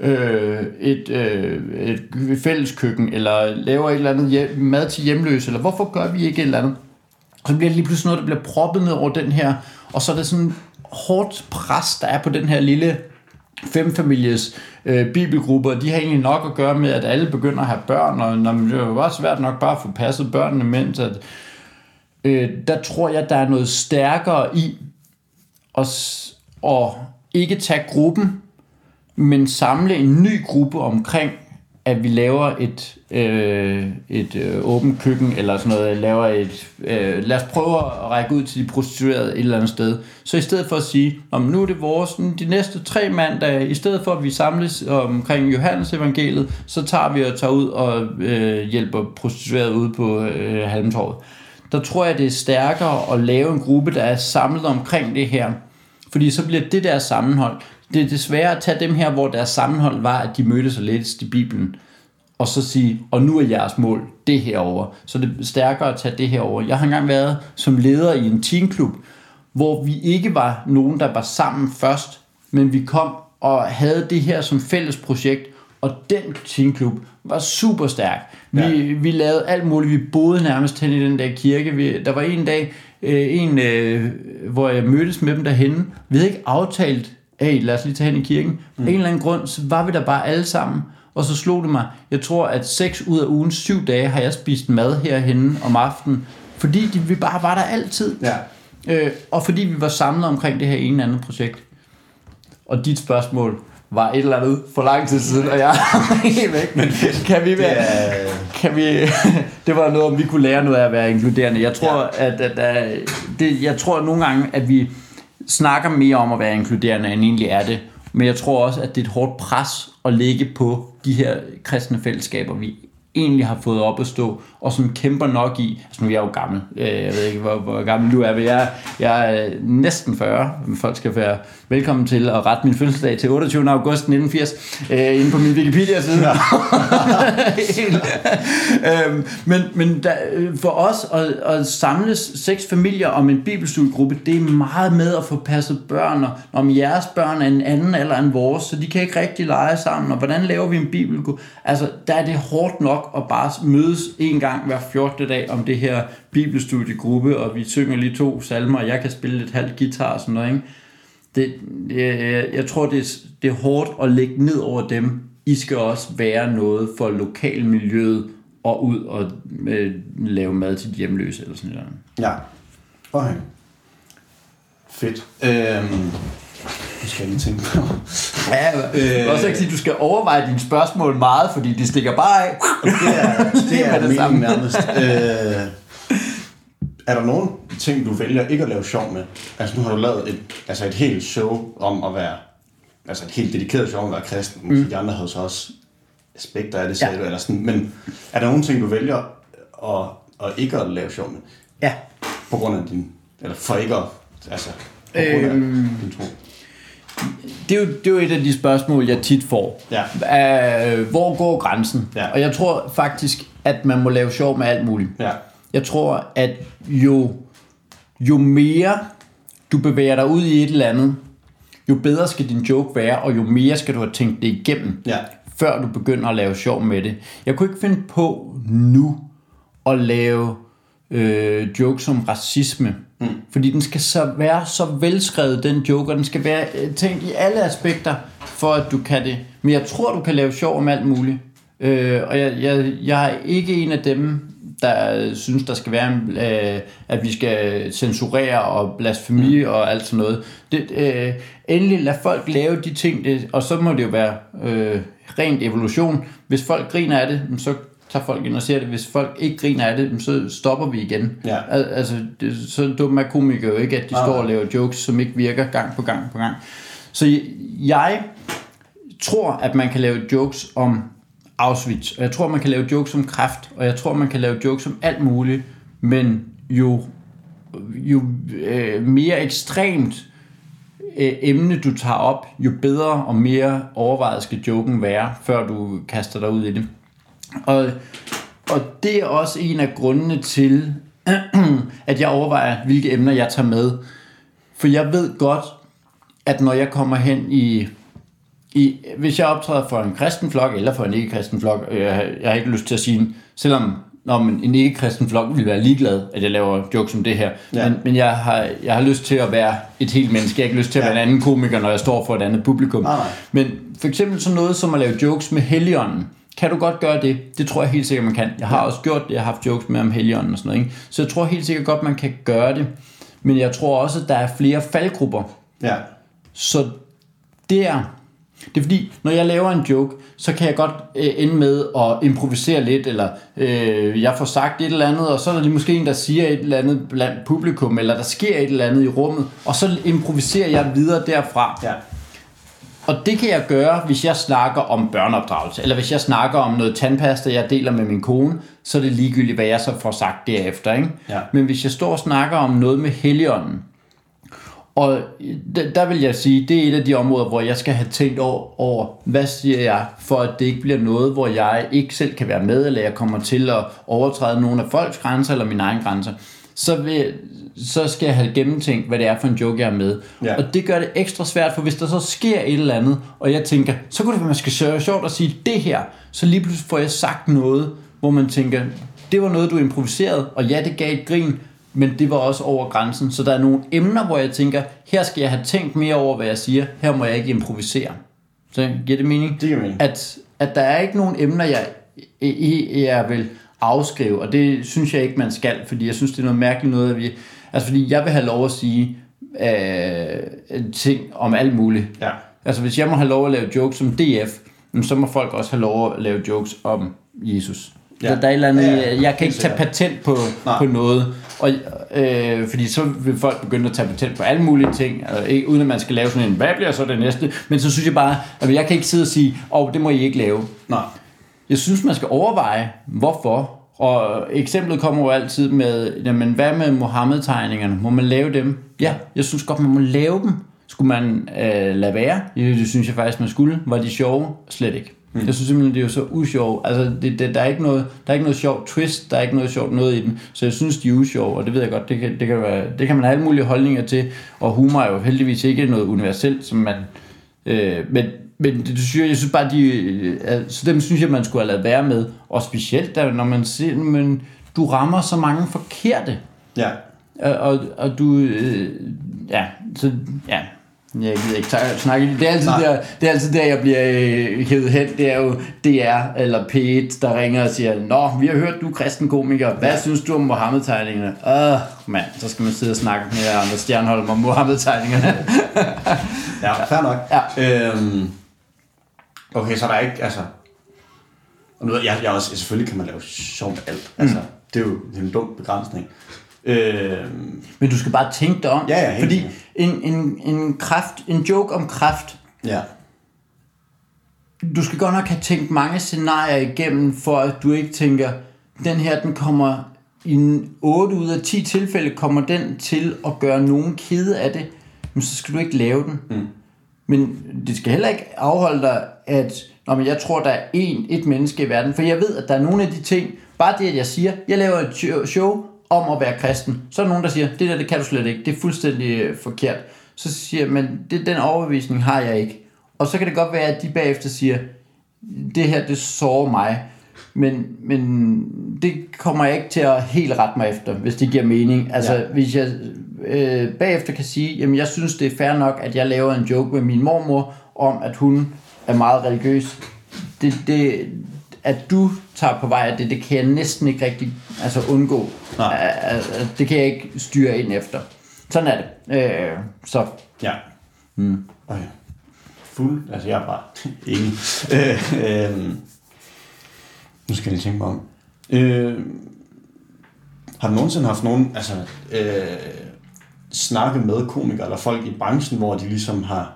et fælleskøkken, eller laver et eller andet mad til hjemløse, eller hvorfor gør vi ikke et eller andet? Så bliver det lige pludselig noget, der bliver proppet ned over den her, og så er det sådan hårdt pres, der er på den her lille 5-families bibelgruppe, og de har egentlig nok at gøre med, at alle begynder at have børn, og det er jo også svært nok bare at få passet børnene, mens at der tror jeg, der er noget stærkere i at ikke tage gruppen, men samle en ny gruppe omkring, at vi laver et åbent køkken, eller sådan noget, lad os prøve at række ud til de prostituerede et eller andet sted. Så i stedet for at sige, nu er det vores, de næste 3 mandage, i stedet for at vi samles omkring Johannes evangeliet, så tager ud og hjælper prostituerede ude på Halmtorvet. Der tror jeg, det er stærkere at lave en gruppe, der er samlet omkring det her, fordi så bliver det der sammenhold. Det er desværre at tage dem her, hvor deres sammenhold var, at de mødtes og læste i Bibelen, og så sige, og nu er jeres mål det herover. Så det er stærkere at tage det herover. Jeg har engang været som leder i en teenklub, hvor vi ikke var nogen, der var sammen først, men vi kom og havde det her som fælles projekt, og den teenklub var super stærk. Vi lavede alt muligt. Vi boede nærmest hen i den der kirke. Der var en dag, hvor jeg mødtes med dem derhenne. Vi havde ikke aftalt, lad os lige tage hen i kirken. Af en eller anden grund, så var vi der bare alle sammen. Og så slog det mig, jeg tror, at 6 ud af ugens 7 dage har jeg spist mad herhenne om aftenen, fordi vi bare var der altid. Ja. Og fordi vi var samlet omkring det her ene andet projekt. Og dit spørgsmål var et eller andet for lang tid siden, og jeg er helt væk. Men det var noget, om vi kunne lære noget af at være inkluderende. Jeg tror, jeg tror nogle gange, at vi snakker mere om at være inkluderende, end egentlig er det. Men jeg tror også, at det er et hårdt pres at lægge på de her kristne fællesskaber, vi egentlig har fået op at stå, og som kæmper nok i, altså nu er jeg jo gammel, jeg ved ikke, hvor gammel du er, men jeg er næsten 40, folk skal være velkommen til at rette min fødselsdag til 28. august 1980, inde på min Wikipedia-side. Men for os at samles 6 familier om en bibelstudiegruppe, det er meget med at få passet børn, og om jeres børn er en anden alder end vores, så de kan ikke rigtig lege sammen, og hvordan laver vi en bibelgruppe? Altså, der er det hårdt nok at bare mødes en gang hver 14. dag om det her bibelstudiegruppe, og vi synger lige 2 salmer, og jeg kan spille lidt halvt guitar og sådan noget, ikke? Jeg tror, det er hårdt at lægge ned over dem. I skal også være noget for lokalmiljøet og ud og lave mad til de hjemløse eller sådan noget. Ja, okay. Fedt. Nu skal jeg lige tænke på. Jeg vil også ikke sige, at du skal overveje dine spørgsmål meget, fordi de stikker bare af. Det er meningen nærmest. Er der nogle ting, du vælger ikke at lave sjov med? Altså nu har du lavet et helt show om at være, altså et helt dedikeret show om at være kristen. De andre havde så også aspekter af det, sagde du, eller sådan. Men er der nogle ting, du vælger at ikke at lave sjov med? Ja. På grund af eller for ikke at, altså på grund af din tro? Det er jo et af de spørgsmål, jeg tit får. Ja. Hvor går grænsen? Ja. Og jeg tror faktisk, at man må lave sjov med alt muligt. Ja. Jeg tror, at jo mere du bevæger dig ud i et eller andet, jo bedre skal din joke være, og jo mere skal du have tænkt det igennem, før du begynder at lave sjov med det. Jeg kunne ikke finde på nu at lave jokes om racisme, fordi den skal så være så velskrevet, den joke, og den skal være tænkt i alle aspekter, for at du kan det. Men jeg tror, du kan lave sjov om alt muligt. Og jeg er ikke en af dem, der synes, der skal være, at vi skal censurere og blasfemi og alt sådan noget. Endelig lad folk lave de ting, og så må det jo være rent evolution. Hvis folk griner af det, så tager folk ind og ser det. Hvis folk ikke griner af det, så stopper vi igen. Ja. Altså, så dumme er komikere jo ikke, at de står og laver jokes, som ikke virker gang på gang på gang. Så jeg tror, at man kan lave jokes om Auschwitz, og jeg tror, man kan lave jokes om kræft, og jeg tror, man kan lave jokes om alt muligt, men jo mere ekstremt emne du tager op, jo bedre og mere overvejet skal joken være, før du kaster dig ud i det. Og det er også en af grundene til, at jeg overvejer, hvilke emner jeg tager med. For jeg ved godt, at når jeg kommer hen hvis jeg optræder for en kristen flok, eller for en ikke-kristen flok, jeg har ikke lyst til at sige, selvom en ikke-kristen flok vil være ligeglad, at jeg laver jokes om det her. Ja. Men jeg har lyst til at være et helt menneske. Jeg har ikke lyst til at være en anden komiker, når jeg står for et andet publikum. Men for eksempel sådan noget som at lave jokes med Helligånden. Kan du godt gøre det? Det tror jeg helt sikkert, man kan. Jeg har også gjort det. Jeg har haft jokes med om Helligånden og sådan noget. Ikke? Så jeg tror helt sikkert godt, man kan gøre det. Men jeg tror også, at der er flere faldgrupper. Ja. Så det er fordi, når jeg laver en joke, så kan jeg godt ende med at improvisere lidt, eller jeg får sagt et eller andet, og så er der lige måske en, der siger et eller andet blandt publikum, eller der sker et eller andet i rummet, og så improviserer jeg videre derfra. Ja. Og det kan jeg gøre, hvis jeg snakker om børneopdragelse, eller hvis jeg snakker om noget tandpasta, jeg deler med min kone, så er det ligegyldigt, hvad jeg så får sagt derefter. Ikke? Ja. Men hvis jeg står og snakker om noget med Helligånden, og der vil jeg sige, det er et af de områder, hvor jeg skal have tænkt over, hvad siger jeg, for at det ikke bliver noget, hvor jeg ikke selv kan være med, eller jeg kommer til at overtræde nogle af folks grænser, eller mine egne grænser. Så skal jeg have gennemtænkt, hvad det er for en joke, jeg er med. Ja. Og det gør det ekstra svært, for hvis der så sker et eller andet, og jeg tænker, så kunne det være, man skal sørge sjovt at sige det her, så lige pludselig får jeg sagt noget, hvor man tænker, det var noget, du improviserede, og ja, det gav et grin, men det var også over grænsen. Så der er nogle emner, hvor jeg tænker, her skal jeg have tænkt mere over, hvad jeg siger. Her må jeg ikke improvisere. Så giver det mening? Det giver mening. At der er ikke nogen emner, jeg vil afskrive, og det synes jeg ikke, man skal, fordi jeg synes, det er noget mærkeligt noget, at fordi jeg vil have lov at sige ting om alt muligt. Ja. Altså, hvis jeg må have lov at lave jokes om DF, så må folk også have lov at lave jokes om Jesus. Ja. Der er et eller andet, jeg kan ikke tage patent på noget, og, fordi så vil folk begynde at tage patent på alle mulige ting, ikke, uden at man skal lave sådan en, hvad bliver så det næste? Men så synes jeg bare, at jeg kan ikke sidde og sige, det må I ikke lave. Nej. Jeg synes, man skal overveje, hvorfor. Og eksemplet kommer jo altid med, jamen, hvad med Mohammed-tegningerne? Må man lave dem? Ja, jeg synes godt, man må lave dem. Skulle man lade være? Det synes jeg faktisk, man skulle. Var de sjove? Slet ikke. Jeg synes simpelthen, det er jo så usjov. Altså, der er ikke noget sjovt twist, der er ikke noget sjovt noget i den. Så jeg synes, de er usjove, og det ved jeg godt, det kan man have alle mulige holdninger til. Og humor er jo heldigvis ikke noget universelt, som man... Men det synes jeg synes bare, så dem synes jeg, man skulle have ladet være med. Og specielt, når man ser, men du rammer så mange forkerte. Ja. Og du... Jeg gider ikke snakke. Det er altid der, jeg bliver hævet hen. Det er jo DR eller P1, der ringer og siger, nå, vi har hørt, du er kristen komiker. Hvad synes du om Mohammed-tegningerne? Mand, så skal man sidde og snakke med Anders Stjernholm om Mohammed-tegningerne. Ja, fair nok. Ja. Okay, så der er ikke, altså... Og nu, jeg også, selvfølgelig kan man lave sjov med alt. Altså, det er jo en dum begrænsning. Men du skal bare tænke dig om. Ja, fordi en joke om kræft. Ja. Du skal godt nok have tænkt mange scenarier igennem, for at du ikke tænker, den her, den kommer i 8 ud af 10 tilfælde, kommer den til at gøre nogen kede af det. Men så skal du ikke lave den. Men det skal heller ikke afholde dig, at jeg tror, der er et menneske i verden. For jeg ved, at der er nogle af de ting, bare det, at jeg siger, jeg laver et show om at være kristen, så er der nogen, der siger, det kan du slet ikke, det er fuldstændig forkert. Så siger jeg, men den overbevisning har jeg ikke. Og så kan det godt være, at de bagefter siger, det her, det sårer mig, men det kommer jeg ikke til at helt rette mig efter, hvis det giver mening. Altså, hvis jeg bagefter kan sige, jamen jeg synes, det er fair nok, at jeg laver en joke med min mormor, om at hun er meget religiøs. At du tager på vej af det kan jeg næsten ikke rigtig undgå. Det kan jeg ikke styre ind efter. Sådan er det. Så. Ja. Okay. Fuld. Altså jeg er bare enig. Nu skal jeg tænke mig om. Har du nogensinde haft nogen snakke med komikere eller folk i branchen, hvor de ligesom har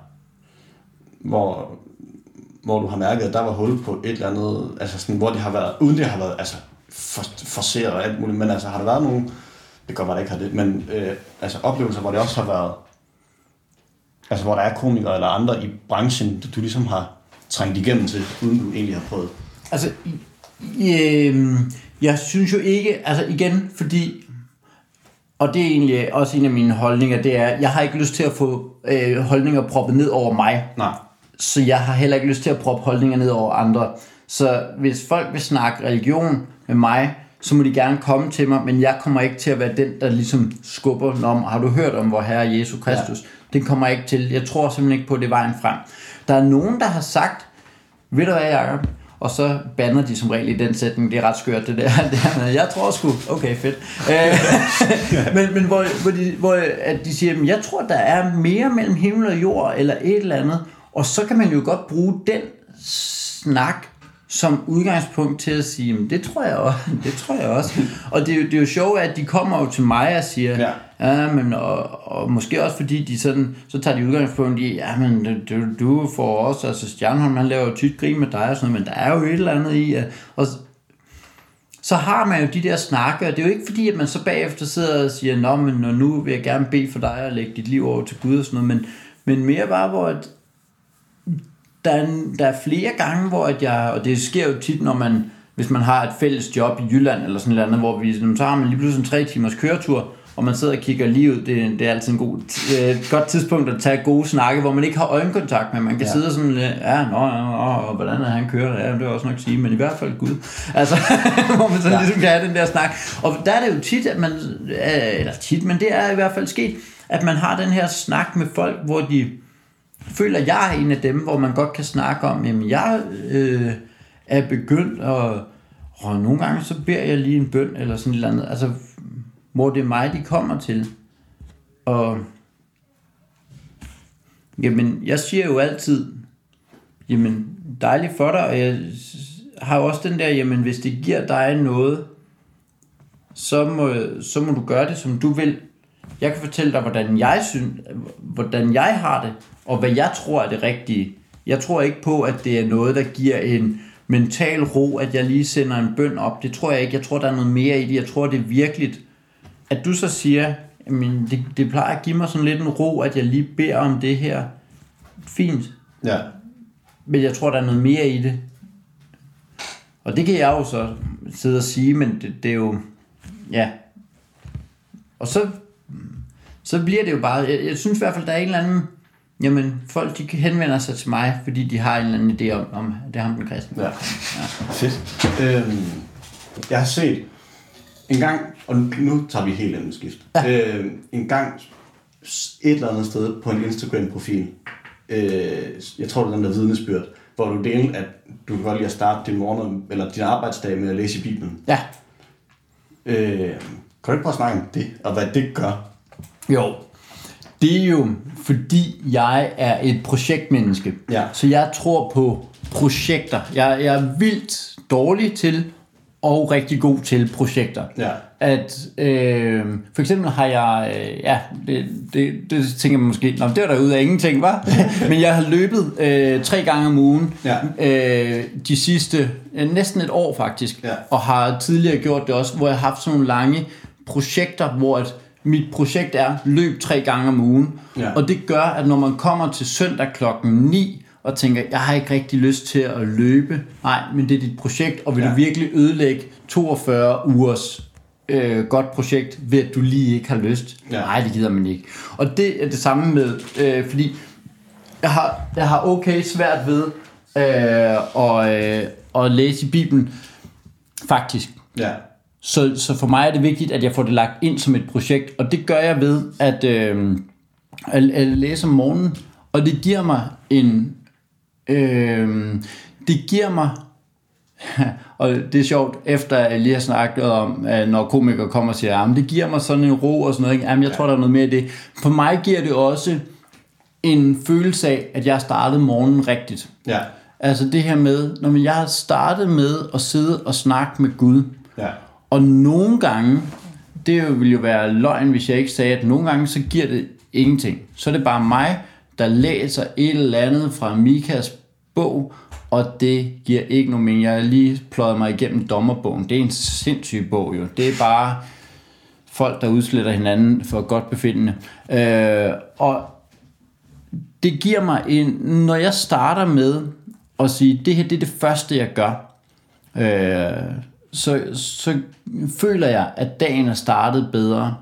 hvor du har mærket, at der var hul på et eller andet, altså sådan, hvor det har været, uden det har været forceret og alt muligt, men altså har der været nogen, det kan godt være, der ikke har det, men oplevelser, hvor det også har været, altså hvor der er komikere eller andre i branchen, du ligesom har trængt igennem til, uden du egentlig har prøvet? Altså, jeg synes jo ikke, altså igen, fordi, og det er egentlig også en af mine holdninger, det er, jeg har ikke lyst til at få holdninger proppet ned over mig. Nej. Så jeg har heller ikke lyst til at proppe holdninger ned over andre. Så hvis folk vil snakke religion med mig, så må de gerne komme til mig, men jeg kommer ikke til at være den, der ligesom skubber om, har du hørt om vor Herre Jesus Kristus? Ja. Det kommer jeg ikke til. Jeg tror simpelthen ikke på, det er vejen frem. Der er nogen, der har sagt, ved du hvad, Jacob? Og så bander de som regel i den sætning. Det er ret skørt, det der. Jeg tror sgu, okay, fedt. men hvor at de siger, jeg tror, der er mere mellem himmel og jord, eller et eller andet. Og så kan man jo godt bruge den snak som udgangspunkt til at sige, det tror jeg også. Og det er jo sjovt, at de kommer jo til mig og siger, men og måske også fordi de sådan, så tager de udgangspunkt i, men du får også, altså Stjernholm, han laver jo tit grin med dig og sådan noget, men der er jo et eller andet i, og så har man jo de der snakke, og det er jo ikke fordi, at man så bagefter sidder og siger, men nu vil jeg gerne bede for dig og lægge dit liv over til Gud og sådan noget, men mere bare, hvor der er flere gange, hvor og det sker jo tit, hvis man har et fælles job i Jylland eller sådan noget andet, hvor så har man lige pludselig en 3 timers køretur, og man sidder og kigger lige ud. Det er altid et godt tidspunkt at tage gode snakke, hvor man ikke har øjenkontakt med. Man kan sidde sådan lidt, og hvordan er han kører? Ja, det er også nok at sige, men i hvert fald Gud. Altså, hvor man sådan ligesom kan have den der snak. Og der er det jo tit, at men det er i hvert fald sket, at man har den her snak med folk, hvor de føler, at jeg er en af dem, hvor man godt kan snakke om, jamen jeg er begyndt, og nogle gange så beder jeg lige en bøn, eller sådan et eller andet, altså hvor det er mig, de kommer til. Og jamen, jeg siger jo altid, jamen dejligt for dig, og jeg har jo også den der, jamen hvis det giver dig noget, så må du gøre det, som du vil. Jeg kan fortælle dig, hvordan jeg har det, og hvad jeg tror er det rigtige. Jeg tror ikke på, at det er noget, der giver en mental ro, at jeg lige sender en bøn op. Det tror jeg ikke. Jeg tror, der er noget mere i det. Jeg tror, det er virkeligt. At du så siger, jamen, det plejer at give mig sådan lidt en ro, at jeg lige beder om det her. Fint. Ja. Men jeg tror, der er noget mere i det. Og det kan jeg jo så sidde og sige, men det er jo... Ja. Og så bliver det jo bare... Jeg synes i hvert fald, der er en eller anden... Jamen, folk de henvender sig til mig, fordi de har en eller anden idé om det er ham den kristne. Ja. Fedt. Jeg har set en gang, og nu tager vi helt andet skift. Ja. En gang et eller andet sted på en Instagram-profil, jeg tror det er den der vidnesbyrd, hvor du deler, at du kan godt lide at starte din morgen eller din arbejdsdag med at læse i Bibelen. Ja. Kan du ikke prøve at snakke om det, og hvad det gør? Jo. Det er jo, fordi jeg er et projektmenneske. Ja. Så jeg tror på projekter. Jeg er vildt dårlig til og rigtig god til projekter. Ja. At for eksempel har jeg det tænker man måske, det var der ud af ingenting, var. Men jeg har løbet 3 gange om ugen de sidste næsten et år faktisk, og har tidligere gjort det også, hvor jeg har haft sådan nogle lange projekter, hvor at mit projekt er løb 3 gange om ugen, og det gør, at når man kommer til søndag klokken 9 og tænker, jeg har ikke rigtig lyst til at løbe, nej, men det er dit projekt, og vil du virkelig ødelægge 42 ugers godt projekt, ved at du lige ikke har lyst? Nej, det gider man ikke. Og det er det samme med, fordi jeg har okay svært ved at læse i Bibelen, faktisk. Ja. Så for mig er det vigtigt, at jeg får det lagt ind som et projekt, og det gør jeg ved at læse om morgenen, og det giver mig og det er sjovt, efter jeg lige har snakket om, når komikere kommer og siger, jamen det giver mig sådan en ro og sådan noget, ikke? Jamen jeg tror, der er noget mere i det. For mig giver det også en følelse af, at jeg startede morgenen rigtigt. Ja. Altså det her med, når jeg har startet med at sidde og snakke med Gud, og nogle gange, det ville jo være løgn, hvis jeg ikke sagde, at nogle gange så giver det ingenting. Så er det bare mig, der læser et eller andet fra Mikas bog, og det giver ikke nogen mening. Jeg har lige pløjet mig igennem Dommerbogen. Det er en sindssyg bog jo. Det er bare folk, der udsletter hinanden for godt befindende. Og det giver mig når jeg starter med at sige, det her det er det første, jeg gør, så føler jeg, at dagen er startet bedre.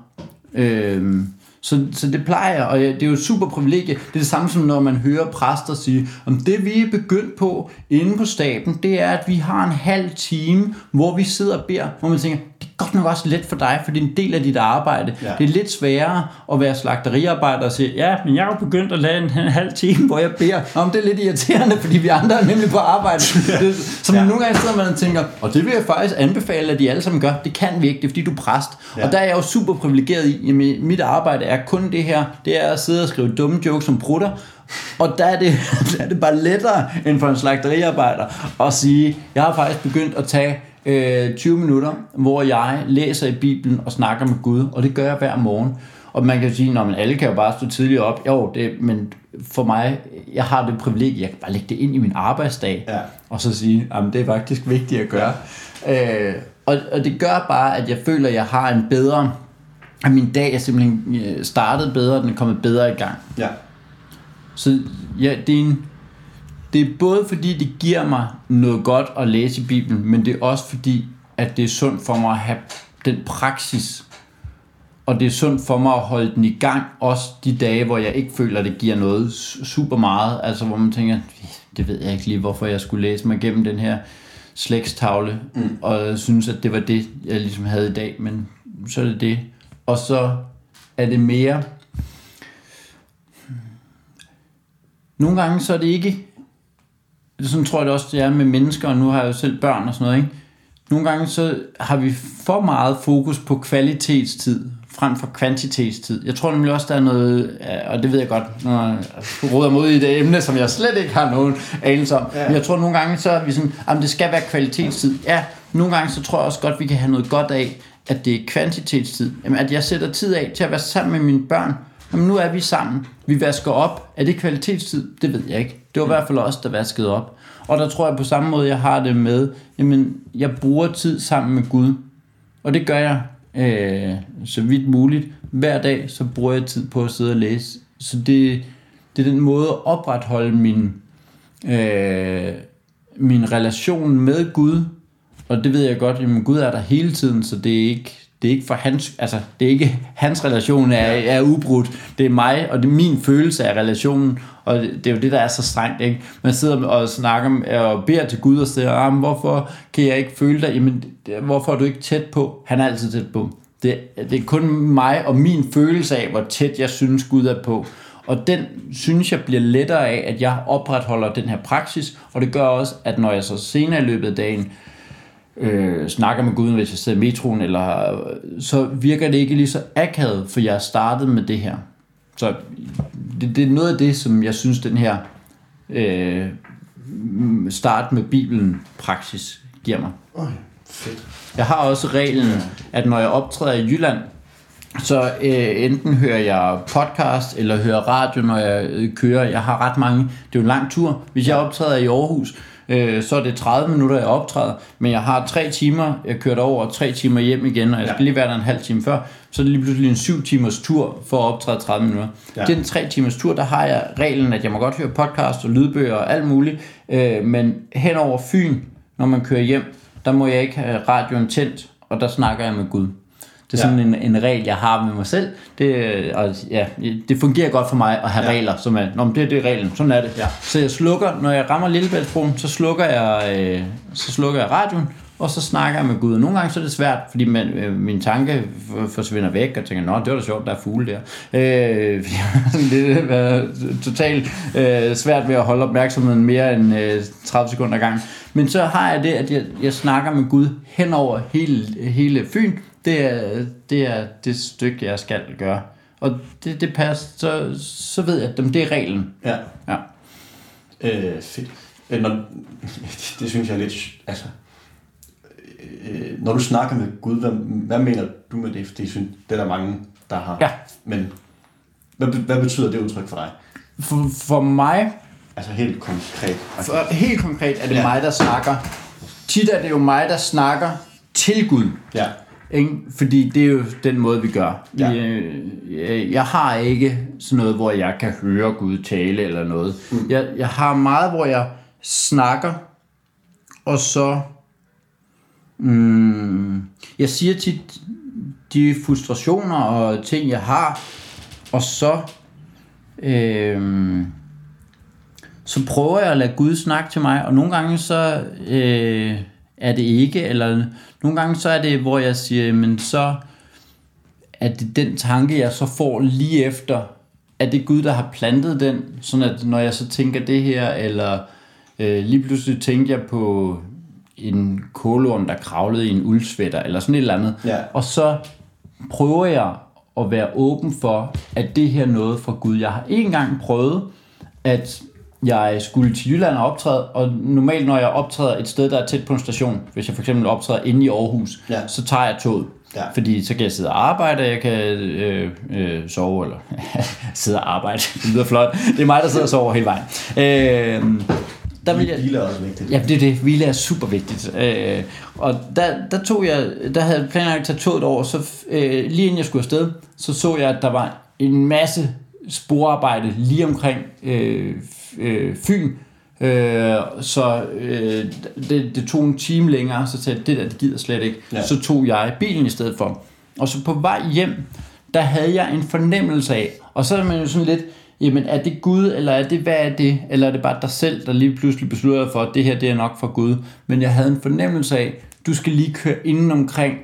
Så det plejer jeg, og det er jo et super privilegie. Det er det samme som når man hører præster sige, om det vi er begyndt på inde på staben, det er at vi har en halv time, hvor vi sidder og beder, hvor man tænker, det er godt nok også let for dig, for det er en del af dit arbejde. Ja. Det er lidt sværere at være slagteriarbejder og sige, ja, men jeg har jo begyndt at lave en halv time, hvor jeg beder. Om det er lidt irriterende, fordi vi andre er nemlig på arbejde. Så nogle gange sidder man og tænker, og det vil jeg faktisk anbefale, at de alle sammen gør. Det kan vi ikke, det er fordi du er præst. Ja. Og der er jeg jo super privilegeret i, jamen, mit arbejde er kun det her, det er at sidde og skrive dumme jokes som prutter. Og der er det bare lettere end for en slagteriarbejder at sige, jeg har faktisk begyndt at tage 20 minutter, hvor jeg læser i Bibelen og snakker med Gud, og det gør jeg hver morgen. Og man kan jo sige, men alle kan jo bare stå tidligt op. Jo, men for mig, jeg har det privilegie, jeg kan bare lægge det ind i min arbejdsdag, og så sige, jamen det er faktisk vigtigt at gøre. Og det gør bare, at jeg føler, at jeg har en bedre, at min dag er simpelthen startet bedre, og den er kommet bedre i gang. Ja. Så ja, det er både fordi, det giver mig noget godt at læse i Bibelen, men det er også fordi, at det er sundt for mig at have den praksis, og det er sundt for mig at holde den i gang, også de dage, hvor jeg ikke føler, at det giver noget super meget, altså hvor man tænker, det ved jeg ikke lige, hvorfor jeg skulle læse mig igennem den her slægtstavle, og synes, at det var det, jeg ligesom havde i dag, men så er det det. Og så er det mere... Nogle gange så er det ikke... Sådan tror jeg det også, det er med mennesker, og nu har jeg jo selv børn og sådan noget, ikke? Nogle gange så har vi for meget fokus på kvalitetstid, frem for kvantitetstid. Jeg tror nemlig også, der er noget, og det ved jeg godt, når jeg råder mod i det emne, som jeg slet ikke har nogen anelse om. Ja. Men jeg tror nogle gange, så er vi sådan, at det skal være kvalitetstid. Ja, nogle gange så tror jeg også godt, vi kan have noget godt af, at det er kvantitetstid. Jamen, at jeg sætter tid af til at være sammen med mine børn. Jamen, nu er vi sammen. Vi vasker op. Er det kvalitetstid? Det ved jeg ikke. Det var i hvert fald også, der vaskede op. Og der tror jeg på samme måde, jeg har det med, jamen, jeg bruger tid sammen med Gud. Og det gør jeg så vidt muligt. Hver dag, så bruger jeg tid på at sidde og læse. Så det er den måde at opretholde min relation med Gud. Og det ved jeg godt, at Gud er der hele tiden, så det er ikke for hans, altså det er ikke hans relation er ubrudt. Det er mig, og det er min følelse af relationen, og det er jo det, der er så strengt, ikke? Man sidder og snakker og beder til Gud og siger, hvorfor kan jeg ikke føle dig? Jamen, hvorfor er du ikke tæt på? Han er altid tæt på. Det er kun mig og min følelse af, hvor tæt jeg synes Gud er på. Og den synes jeg bliver lettere af, at jeg opretholder den her praksis, og det gør også, at når jeg så senere i løbet af dagen snakker med Gud, hvis jeg sidder i metroen, så virker det ikke lige så akavet, for jeg er startet med det her. Så det er noget af det, som jeg synes, den her start med Bibelen praksis giver mig. Fedt. Jeg har også reglen, at når jeg optræder i Jylland, så enten hører jeg podcast eller hører radio, når jeg kører. Jeg har ret mange. Det er jo en lang tur. Hvis jeg optræder i Aarhus, så er det 30 minutter, jeg optræder. Men jeg har 3 timer. Jeg kører over 3 timer hjem igen, og jeg skal lige være der en halv time før. Så er det lige pludselig en 7 timers tur for at optræde 30 minutter. Ja. Den 3 timers tur, der har jeg reglen, at jeg må godt høre podcast og lydbøger og alt muligt. Men hen over Fyn, når man kører hjem, der må jeg ikke have radioen tændt, og der snakker jeg med Gud. Det er sådan en regel, jeg har med mig selv. Det fungerer godt for mig at have regler, som er, det er reglen, sådan er det. Ja. Så jeg slukker, når jeg rammer Lillebæltsbroen, så slukker jeg radioen, og så snakker jeg med Gud. Og nogle gange så er det svært, fordi min tanke forsvinder væk, og tænker, det var da sjovt, der er fugle der. Det er totalt svært ved at holde opmærksomheden mere end 30 sekunder ad gangen. Men så har jeg det, at jeg snakker med Gud hen over hele Fyn. Det er det stykke, jeg skal gøre. Og det passer, så ved jeg, at det er reglen. Ja. Fedt. Det synes jeg er lidt... Altså, når du snakker med Gud, hvad mener du med det? Fordi det er der mange, der har. Ja. Men hvad betyder det udtryk for dig? For mig... Altså helt konkret. Helt konkret er det mig, der snakker. Tit er det jo mig, der snakker til Gud. Ja. Fordi det er jo den måde, vi gør. Ja. Jeg har ikke sådan noget, hvor jeg kan høre Gud tale eller noget. Jeg har meget, hvor jeg snakker, og så... jeg siger tit de frustrationer og ting, jeg har, og så... så prøver jeg at lade Gud snakke til mig, og nogle gange så er det ikke, eller nogle gange så er det, hvor jeg siger, men så er det den tanke, jeg så får lige efter, er det Gud, der har plantet den, sådan at når jeg så tænker det her, eller lige pludselig tænker jeg på en kålorm, der kravlede i en uldsvætter, eller sådan et eller andet, og så prøver jeg at være åben for, at det her er noget fra Gud. Jeg har ikke engang prøvet, at jeg skulle til Jylland og optræde, og normalt når jeg optræder et sted, der er tæt på en station, hvis jeg for eksempel optræder inde i Aarhus, så tager jeg toget. Ja. Fordi så kan jeg sidde og arbejde, jeg kan sove, eller sidde og arbejde, det lyder flot. Det er mig, der sidder og sover hele vejen. Hvile er også vigtigt. Ja, det er det. Hvile er super vigtigt. Og der havde jeg planlagt at tage toget over, så lige inden jeg skulle afsted, så jeg, at der var en masse sporarbejde lige omkring Fyn, så det tog en time længere, så sagde jeg, det gider slet ikke. Ja. Så tog jeg bilen i stedet for. Og så på vej hjem, der havde jeg en fornemmelse af, og så er man jo sådan lidt, jamen er det Gud, eller er det, hvad er det? Eller er det bare dig selv, der lige pludselig beslutter for, at det her, det er nok fra Gud? Men jeg havde en fornemmelse af, du skal lige køre inden omkring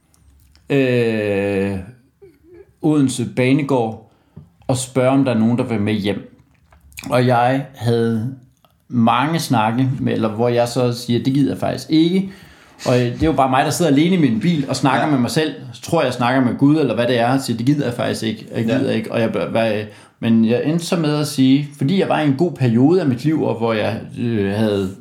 Odense Banegård, og spørge, om der er nogen, der vil med hjem. Og jeg havde mange snakke, eller hvor jeg så siger, det gider jeg faktisk ikke. Og det er jo bare mig, der sidder alene i min bil og snakker med mig selv. Så tror jeg snakker med Gud, eller hvad det er, og siger, det gider jeg faktisk ikke. Jeg gider ikke. Og men jeg endte så med at sige, fordi jeg var i en god periode af mit liv, og hvor jeg havde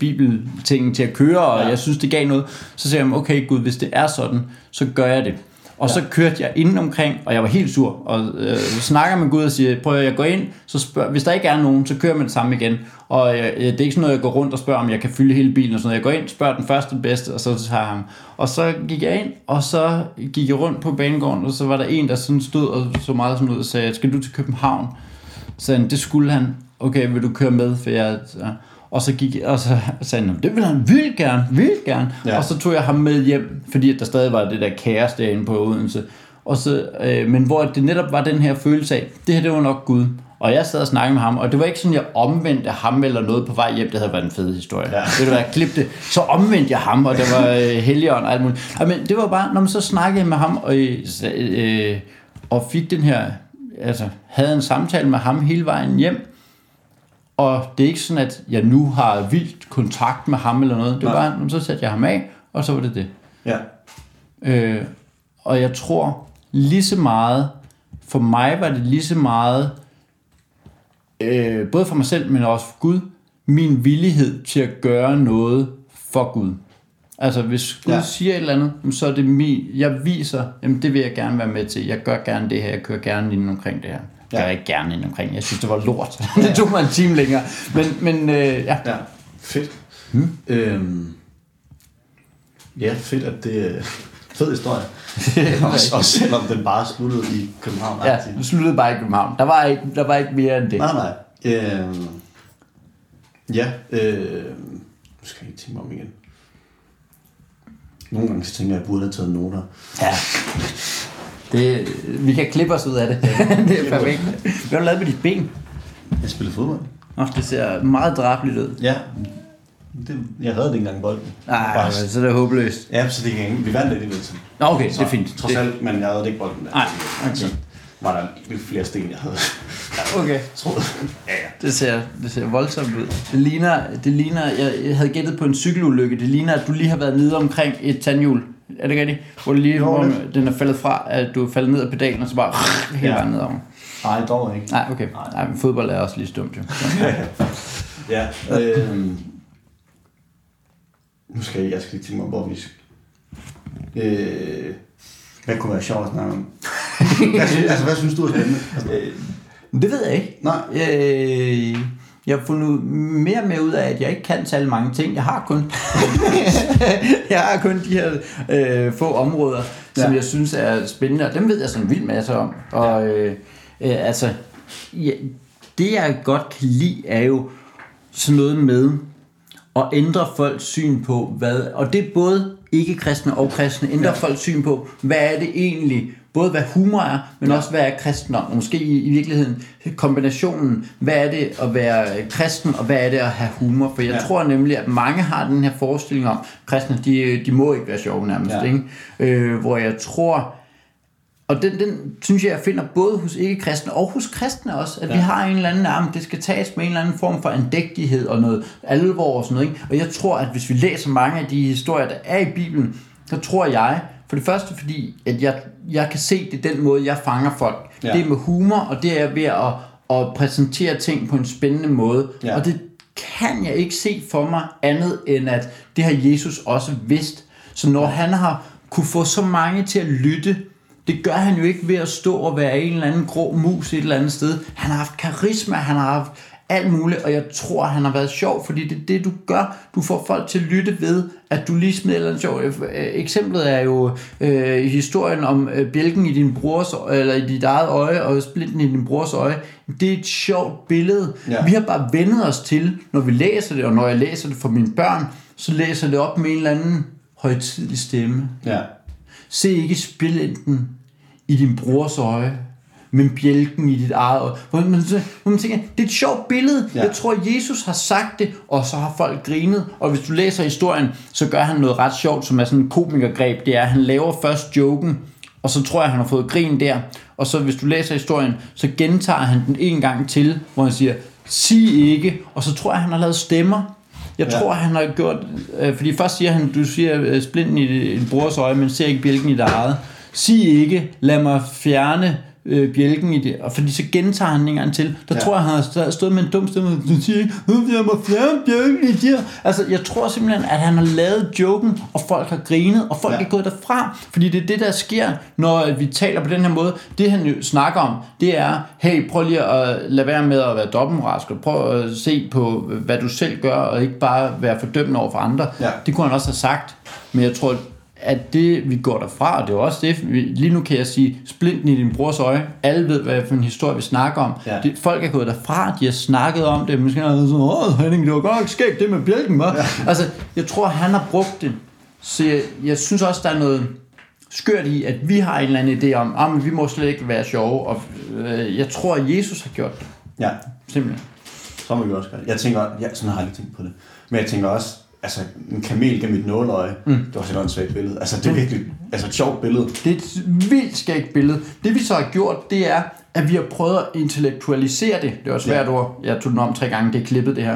bibeltingen til at køre, og jeg synes, det gav noget, så siger jeg, okay Gud, hvis det er sådan, så gør jeg det. Og så kørte jeg inden omkring, og jeg var helt sur, og snakker med Gud og siger, prøv at jeg går ind, så spørg, hvis der ikke er nogen, så kører man det samme igen. Og det er ikke sådan noget, jeg går rundt og spørger, om jeg kan fylde hele bilen og sådan noget. Jeg går ind, spørger den første bedste, og så tager jeg ham. Og så gik jeg ind, og så gik jeg rundt på banegården, og så var der en, der sådan stod og så meget sådan ud og sagde, skal du til København? Så det skulle han. Okay, vil du køre med? For jeg... Og så sagde han, det vil han vildt gerne. Ja. Og så tog jeg ham med hjem, fordi der stadig var det der kaos derinde på Odense. Og så, men hvor det netop var den her følelse af, det var nok Gud. Og jeg sad og snakkede med ham, og det var ikke sådan, jeg omvendte ham eller noget på vej hjem. Det havde været en fed historie. Ja. Det var, jeg klippede, så omvendte jeg ham, og det var Helligånd og alt muligt. Men det var bare, når man så snakkede med ham, og fik den her, altså havde en samtale med ham hele vejen hjem. Og det er ikke sådan, at jeg nu har vildt kontakt med ham eller noget. Det var bare, så satte jeg ham af, og så var det det. Ja. Og jeg tror lige så meget, for mig var det lige så meget, både for mig selv, men også for Gud, min villighed til at gøre noget for Gud. Altså hvis Gud siger et eller andet, så er det jeg viser, jamen det vil jeg gerne være med til. Jeg gør gerne det her, jeg kører gerne ind omkring det her. Jeg gør ikke gerne ind omkring. Jeg synes, det var lort. Det tog mig en time længere. Men ja. Fedt. Ja, fedt, at det er fed historie. også selvom den bare sluttede i København. Ja, den sluttede bare i København. Der var ikke mere end det. Nej. Nu skal jeg ikke tænke mig om igen. Nogle gange så tænker jeg, at jeg burde have taget noter. Ja. Vi kan klippe os ud af det. Det er perfekt. Hvad har du lavet med dit ben? Jeg spiller fodbold. Det ser meget drabeligt ud. Ja. Jeg redde det ikke engang bolden. Nej, så er det håbløst. Ja, så det kan ikke. Vi vandt det alligevel. Okay, så, det er fint. Trods alt, men jeg redde ikke bolden der. Nej, okay. Så var der lidt flere sten, jeg havde. Okay. Det ser voldsomt ud. Det ligner, jeg havde gættet på en cykelulykke. Det ligner, at du lige har været nede omkring et tandhjul. Er det rigtigt? Hvor den er faldet fra, at du er faldet ned af pedalen, og så bare helt vejen nedover. Nej, dog ikke. Nej, okay. Nej, men fodbold er også lige stumt, jo. Ja. Nu skal jeg skal lige tænke mig, hvor vi skal... Hvad kunne være sjovt at snakke om? Hvad synes du er spændende? Det ved jeg ikke. Nej. Jeg har fundet mere med ud af, at jeg ikke kan tale mange ting. Jeg har kun de her få områder, som jeg synes er spændende, og dem ved jeg sådan en vild masse om. Og det jeg godt kan lide, er jo sådan noget med at ændre folks syn på, og det er både ikke-kristne og kristne, ændre folks syn på, hvad er det egentlig, både hvad humor er, men også hvad er kristendom, og måske i virkeligheden kombinationen, hvad er det at være kristen, og hvad er det at have humor, for jeg tror nemlig, at mange har den her forestilling om, kristne, de må ikke være sjove nærmest, ikke? Hvor jeg tror, og den synes jeg finder både hos ikke-kristne og hos kristne også, at vi har en eller anden det skal tages med en eller anden form for andægtighed og noget alvor og sådan noget, ikke? Og jeg tror, at hvis vi læser mange af de historier, der er i Bibelen, så tror jeg, for det første fordi, at jeg kan se, det er den måde, jeg fanger folk. Ja. Det er med humor, og det er ved at præsentere ting på en spændende måde. Ja. Og det kan jeg ikke se for mig andet, end at det har Jesus også vidst. Så når han har kunne få så mange til at lytte, det gør han jo ikke ved at stå og være en eller anden grå mus et eller andet sted. Han har haft karisma, han har haft alt muligt, og jeg tror, han har været sjov, fordi det er det, du gør. Du får folk til at lytte ved, at du lige smider et eller andet sjov. Eksemplet er jo historien om bjælken i din brors, eller i dit eget øje, og splinten i din brors øje. Det er et sjovt billede. Ja. Vi har bare vendet os til, når vi læser det, og når jeg læser det for mine børn, så læser det op med en eller anden højtidelig stemme. Ja. Se ikke splinten i din brors øje, men bjælken i dit eget øje. Hvor man tænker, det er et sjovt billede. Ja. Jeg tror, Jesus har sagt det, og så har folk grinet. Og hvis du læser historien, så gør han noget ret sjovt, som er sådan en komikergreb. Det er, at han laver først joken, og så tror jeg, han har fået grin der. Og så hvis du læser historien, så gentager han den en gang til, hvor han siger, sig ikke. Og så tror jeg, han har lavet stemmer. Jeg tror, han har gjort... fordi først siger han, du siger splinten i din brors øje, men ser ikke bjælken i dit eget. Sig ikke, lad mig fjerne bjælken i det, og fordi så gentager han en gang til. Der tror jeg, han har stået med en dum stemme, du siger ikke, jeg må fjerne bjælken i det. Altså, jeg tror simpelthen, at han har lavet joken, og folk har grinet, og folk er gået derfra, fordi det er det, der sker, når vi taler på den her måde. Det, han jo snakker om, det er, hey, prøv lige at lade være med at være dobbeltrask, og prøv at se på, hvad du selv gør, og ikke bare være fordømmende over for andre. Ja. Det kunne han også have sagt, men jeg tror, at det, vi går derfra, og det er også det, lige nu kan jeg sige, splinten i din brors øje, alle ved, hvad for en historie vi snakker om. Ja. Folk er gået derfra, de har snakket om det, måske har sådan, Henning, det var godt ikke skægt, det med bjælken, hva'? Ja. Altså, jeg tror, han har brugt det, så jeg synes også, der er noget skørt i, at vi har en eller anden idé om, men vi må slet ikke være sjove, og jeg tror, at Jesus har gjort det. Ja. Simpelthen. Så må vi også gøre det. Jeg tænker, sådan har jeg lige tænkt på det, men jeg tænker også, altså en kamel gennem et nåleøje, det var sådan et svagt billede. Altså det er virkelig et sjovt billede. Det er et vildt skægt billede. Det vi så har gjort, det er, at vi har prøvet at intellektualisere det. Det var svært ord. Jeg tog den om 3 gange, det er klippet det her.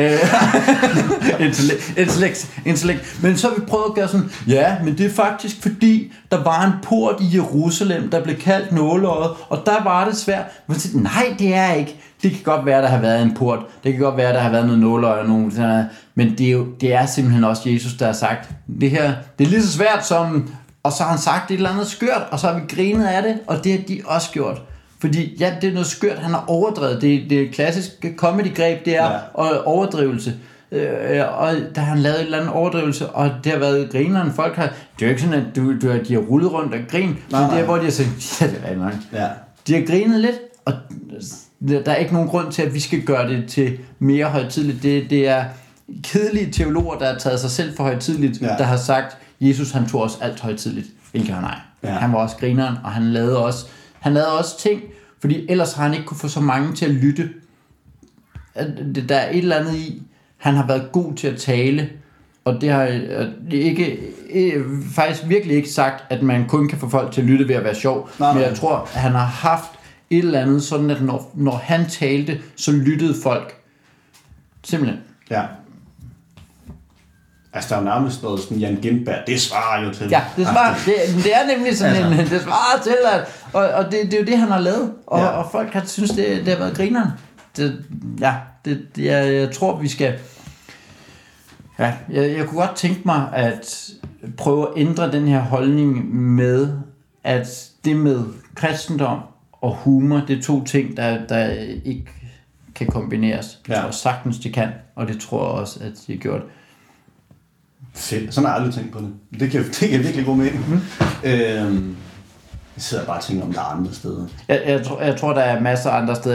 Intellekt. Men så har vi prøvet at gøre sådan, men det er faktisk fordi, der var en port i Jerusalem, der blev kaldt nåleøjet, og der var det svært. Men så, nej, det er ikke. Det kan godt være, der har været en port. Det kan godt være, der har været noget nåleøje. Men det er simpelthen også Jesus, der har sagt, det her, det er lige så svært som, og så har han sagt et eller andet skørt, og så har vi grinet af det, og det har de også gjort. Fordi det er noget skørt, han har overdrevet. Det er klassisk comedy-greb, det er overdrivelse. Og der har han lavet et eller andet overdrivelse, og det har været grineren. Folk har, det er jo ikke sådan, at de har rullet rundt og grin, men det er, hvor de har sagt, det er nok. Ja. De har grinet lidt, og der er ikke nogen grund til, at vi skal gøre det til mere højtideligt. Det er kedelige teologer, der har taget sig selv for højtideligt, der har sagt, Jesus han tog også alt højtideligt. Hvilket han nej. Ja. Han var også grineren, og han lavede også ting, fordi ellers har han ikke kunne få så mange til at lytte. Der er et eller andet i, han har været god til at tale, og det har faktisk virkelig ikke sagt, at man kun kan få folk til at lytte ved at være sjov. Men jeg tror, at han har haft et eller andet, sådan at når han talte, så lyttede folk. Simpelthen. Ja. Altså, der er jo nærmest noget sådan, Jan Gindberg, det svarer jo til. Ja, det svarer, det er nemlig sådan en, det svarer til, og det er jo det, han har lavet, og folk har synes det har været grineren. Jeg tror, vi skal, jeg kunne godt tænke mig, at prøve at ændre den her holdning med, at det med kristendom og humor, det er 2 ting, der ikke kan kombineres. Jeg tror sagtens, de kan, og det tror jeg også, at de har gjort. Fedt. Sådan har jeg aldrig tænkt på det. Det kan virkelig gå med. Jeg sidder bare og tænker, om der er andre steder. Jeg tror, der er masser af andre steder.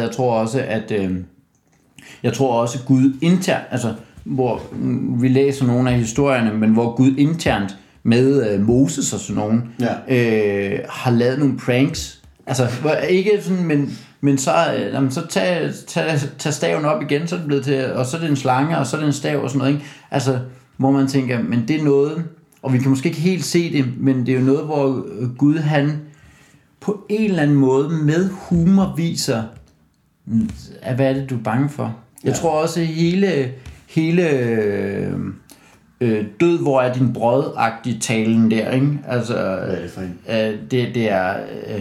Jeg tror også, Gud internt, altså hvor vi læser nogle af historierne, men hvor Gud internt med Moses og sådan nogen har lavet nogle pranks. Altså ikke sådan, men så tag staven op igen, så er det blevet til, og så er det en slange, og så er det en stav og sådan noget, ikke? Altså hvor man tænker, men det er noget, og vi kan måske ikke helt se det, men det er jo noget, hvor Gud han på en eller anden måde med humor viser, hvad er det, du er bange for? Jeg tror også, hele død, hvor er din brød-agtige talen der, ikke? Altså, hvad er det for en? Det er,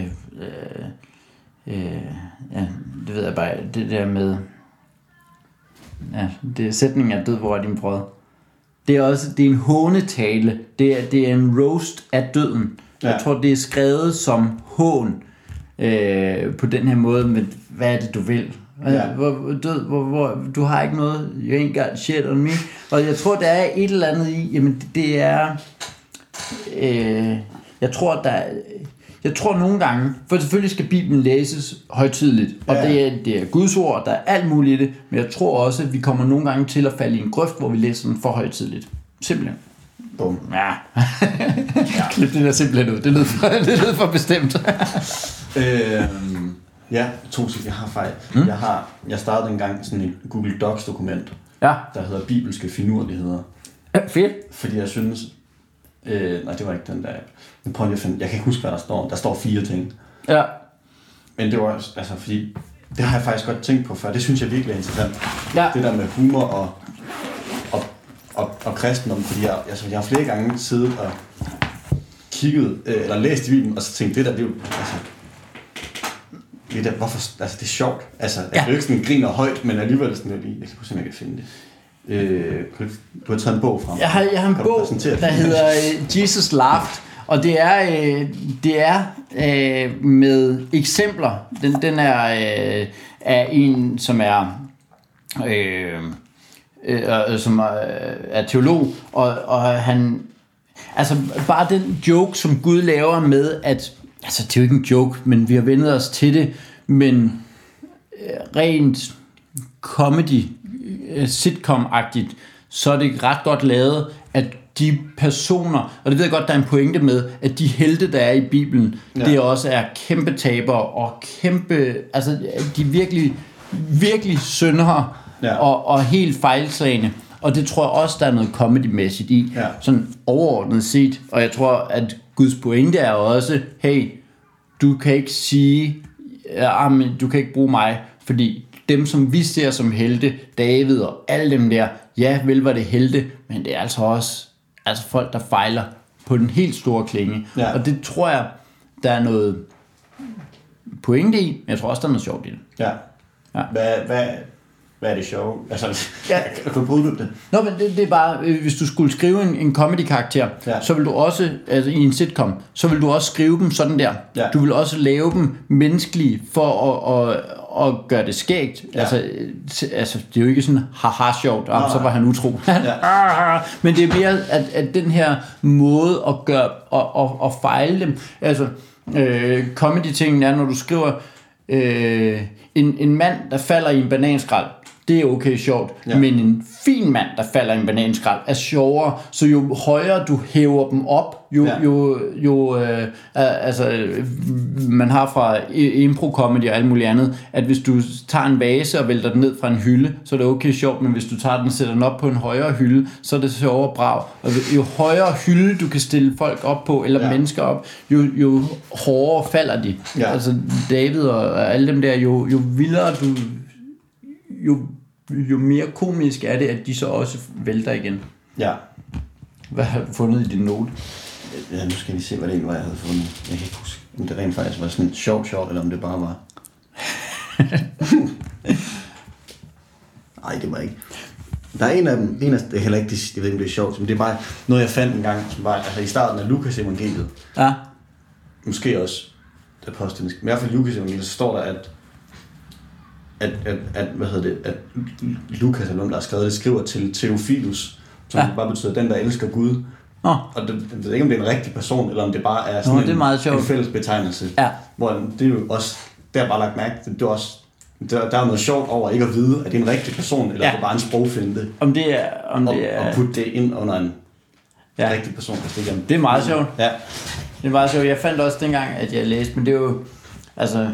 det ved jeg bare, det der med, det er sætningen af død, hvor er din brød. Det er en hånetale. Det er en roast af døden. Ja. Jeg tror, det er skrevet som hån på den her måde, men hvad er det, du vil? Hvor du har ikke noget, you ain't got shit on me. Og jeg tror, der er et eller andet i, jamen det er, jeg tror nogle gange, for selvfølgelig skal Bibelen læses højtideligt, og det er Guds ord, der er alt muligt i det, men jeg tror også, at vi kommer nogle gange til at falde i en grøft, hvor vi læser den for højtideligt. Simpelthen. Bum. Ja. Klip det der simpelthen ud. Det lyder for bestemt. 2 ting, jeg har fejl. Jeg startede engang sådan et Google Docs dokument, der hedder bibelske finurligheder. Fedt. Fordi jeg synes, nej, det var ikke den der. Jeg kan ikke huske, hvad der står. Der står 4 ting. Ja. Men det var altså, fordi det har jeg faktisk godt tænkt på før. Det synes jeg virkelig er interessant. Ja. Det der med humor og kristendom, fordi jeg har flere gange siddet og kigget, eller læst i Bibelen, og så tænkt, det der, det er jo, altså, lidt af, hvorfor, altså det er sjovt. Altså, det er jo ikke sådan, griner højt, men alligevel sådan lidt, jeg skal prøve, om jeg kan finde det. Du har taget en bog frem. Jeg har en bog, der hedder Jesus Laughed, og det er med eksempler. Den er af en, som er teolog, og han, altså bare den joke, som Gud laver med, at, altså det er jo ikke en joke, men vi har vendt os til det, men rent comedy, sitcom-agtigt, så er det ret godt lavet, at de personer, og det ved jeg godt, der er en pointe med, at de helte, der er i Bibelen, det også er kæmpe tabere og kæmpe, altså de virkelig syndere og helt fejlslagende. Og det tror jeg også, der er noget comedy-mæssigt i, sådan overordnet set. Og jeg tror, at Guds pointe er også, hey, du kan ikke sige, du kan ikke bruge mig, fordi dem, som vi ser som helte, David og alle dem der, ja, vel var det helte, men det er altså også folk, der fejler på den helt store klinge. Ja. Og det tror jeg, der er noget pointe i, men jeg tror også, der er noget sjovt i det. Ja. Hvad er det sjove? Altså, kan du uddybe det? Nå, men det er bare, hvis du skulle skrive en comedy-karakter, så vil du også, altså i en sitcom, så vil du også skrive dem sådan der. Ja. Du vil også lave dem menneskelige for at gøre det skægt. Ja. Altså, det er jo ikke sådan haha sjovt, så var han utro. Men det er mere, at den her måde at gøre, og fejle dem, altså comedy-tingen er, når du skriver en mand, der falder i en bananskrald, det er okay sjovt, men en fin mand, der falder i en bananskrald, er sjovere, så jo højere du hæver dem op, altså man har fra impro-comedy og alt muligt andet, at hvis du tager en vase og vælter den ned fra en hylde, så er det okay sjovt, men hvis du tager den og sætter den op på en højere hylde, så er det sjovere brag. Og jo højere hylde du kan stille folk op på, eller mennesker op, jo hårdere falder de. Ja. Altså David og alle dem der, jo vildere du, jo mere komisk er det, at de så også vælter igen. Ja. Hvad har du fundet i din note? Ja, nu skal vi se, hvad det egentlig var, jeg havde fundet. Jeg kan ikke huske, om det rent faktisk var sådan et sjovt, eller om det bare var... Nej, det var ikke. Der er en af dem, det er heller ikke, jeg ved ikke, om det er sjovt, men det er bare noget, jeg fandt en gang, som var, altså i starten af Lukas evangeliet. Ja. Måske også apostolisk. Men i hvert fald i Lukas evangeliet, så står der, at Lukas, eller hvem der har skrevet det, skriver til Theophilus, som bare betyder den, der elsker Gud. Og det ved ikke, om det er en rigtig person, eller om det bare er sådan en fælles betegnelse. Ja. Hvor det er jo også, der er bare lagt mærke til, det er også, der er noget sjovt over ikke at vide, at det er en rigtig person, eller det er bare en sprogfinte. Og putte det ind under en rigtig person. Det er meget sjovt. Ja. Det er meget sjovt. Jeg fandt også dengang, at jeg læste, men det er jo, altså,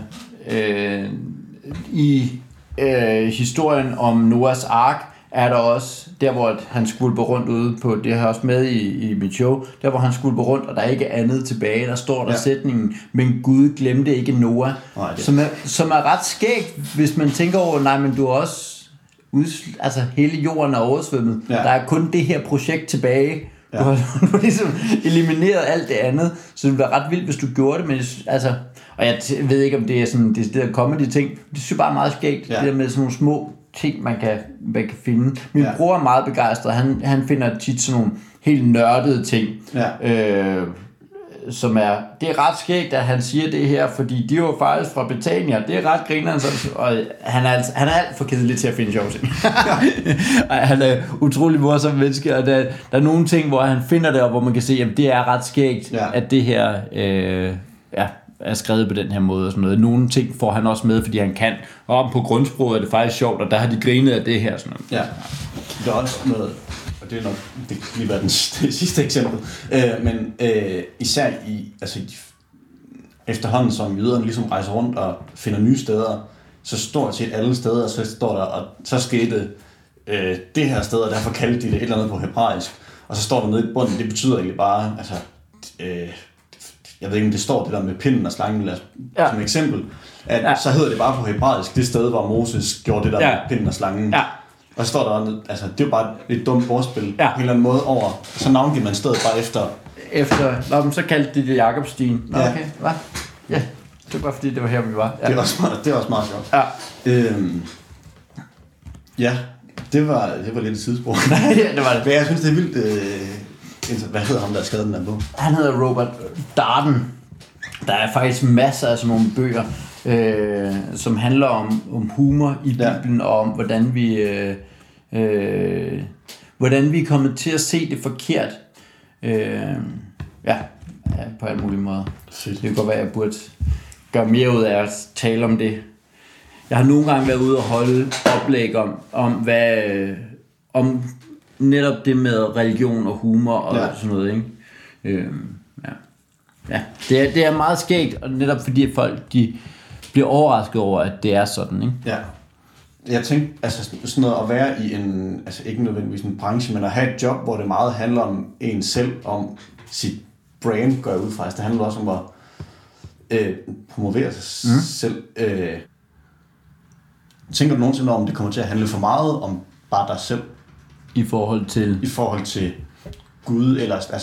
i historien om Noahs ark, er der også, der hvor han skvulper rundt ude på, det har jeg også med i mit show, der hvor han skvulper rundt, og der er ikke andet tilbage, der står der sætningen, men Gud glemte ikke Noah, som er ret skægt, hvis man tænker over, nej, men du er også, altså hele jorden er oversvømmet, der er kun det her projekt tilbage, du har ligesom elimineret alt det andet, så det bliver ret vildt, hvis du gjorde det, men altså, og jeg ved ikke, om det er sådan, det der comedy ting, det synes jeg bare er meget skægt, det der med sådan nogle små ting, man kan finde. Min bror er meget begejstret. Han finder tit sådan nogle helt nørdede ting, som er, det er ret skægt, at han siger det her, fordi de var faktisk fra Betania. Det er ret grinerende, og han er alt for kedelig til at finde sjove ting. Han er utrolig morsom menneske, og der er nogle ting, hvor han finder det, og hvor man kan se, at det er ret skægt, at det her er skrevet på den her måde og sådan noget. Nogle ting får han også med, fordi han kan. Og på grundsproget er det faktisk sjovt, og der har de grinet af det her. Sådan noget. Ja, der er også noget, og det er nok det kan lige være det sidste eksempel, men især efterhånden som jøderne ligesom rejser rundt og finder nye steder, så stort set alle steder, så står der, og så skete det her sted, og derfor kaldte de det et eller andet på hebraisk, og så står der nede i bunden, det betyder egentlig bare, altså jeg ved ikke, om det står det der med pinden og slangen som eksempel, at så hedder det bare på hebraisk, det sted, hvor Moses gjorde det der med pinden og slangen. Ja. Og så står der, altså det er jo bare et dumt ordspil på en eller anden måde over, så navngiver man stedet bare efter. Så kaldte de det Jakobstien. Okay, hvad? Ja. Det var bare fordi, det var her, vi var. Ja. Det er også meget sjovt. Ja. Ja, det var lidt et sidespor. Ja, det var det. Men jeg synes, det er vildt... Hvad hedder ham, der har skrevet den her bog? Han hedder Robert Darden. Der er faktisk masser af sådan nogle bøger, som handler om humor i Bibelen, og om hvordan vi er kommet til at se det forkert. På alle mulige måder. Det kan godt være, at jeg burde gøre mere ud af at tale om det. Jeg har nogle gange været ude og holde oplæg om om netop det med religion og humor og sådan noget, ikke? Det er meget skægt, og netop fordi folk de bliver overrasket over, at det er sådan, ikke? Ja. Jeg tænkte, altså sådan noget at være i en, altså ikke nødvendigvis en branche, men at have et job, hvor det meget handler om en selv, om sit brand, går jeg ud fra. Altså, det handler også om at promovere sig selv. Tænker du nogensinde om, det kommer til at handle for meget om bare dig selv? I forhold til Gud,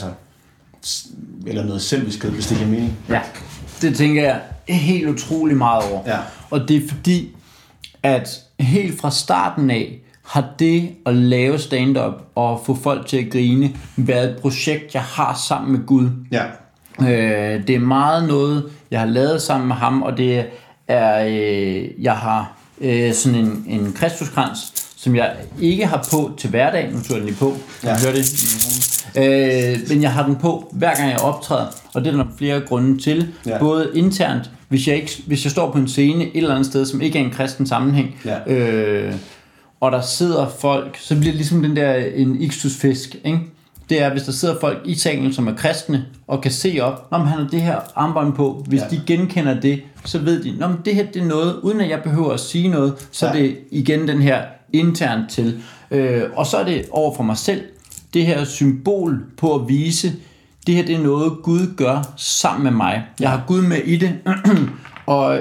eller noget selviskhed, hvis det giver mening. Ja, det tænker jeg helt utrolig meget over. Ja. Og det er fordi, at helt fra starten af, har det at lave stand-up og få folk til at grine været et projekt, jeg har sammen med Gud. Ja. Det er meget noget, jeg har lavet sammen med ham, og det er, jeg har sådan en Kristuskrans, som jeg ikke har på til hverdag. Nu tog jeg den lige på. Kan du høre det? Men jeg har den på, hver gang jeg optræder, og det er der flere grunde til. Ja. Både internt, hvis jeg står på en scene et eller andet sted, som ikke er en kristen sammenhæng, og der sidder folk, så bliver det ligesom den der en Ixtus-fisk, ikke? Det er, hvis der sidder folk i salen, som er kristne, og kan se op, når han har det her armbånd på, hvis de genkender det, så ved de, når det her det er noget, uden at jeg behøver at sige noget, så er det igen den her internt til. Og så er det over for mig selv, det her symbol på at vise, det her det er noget, Gud gør sammen med mig. Jeg har Gud med i det, og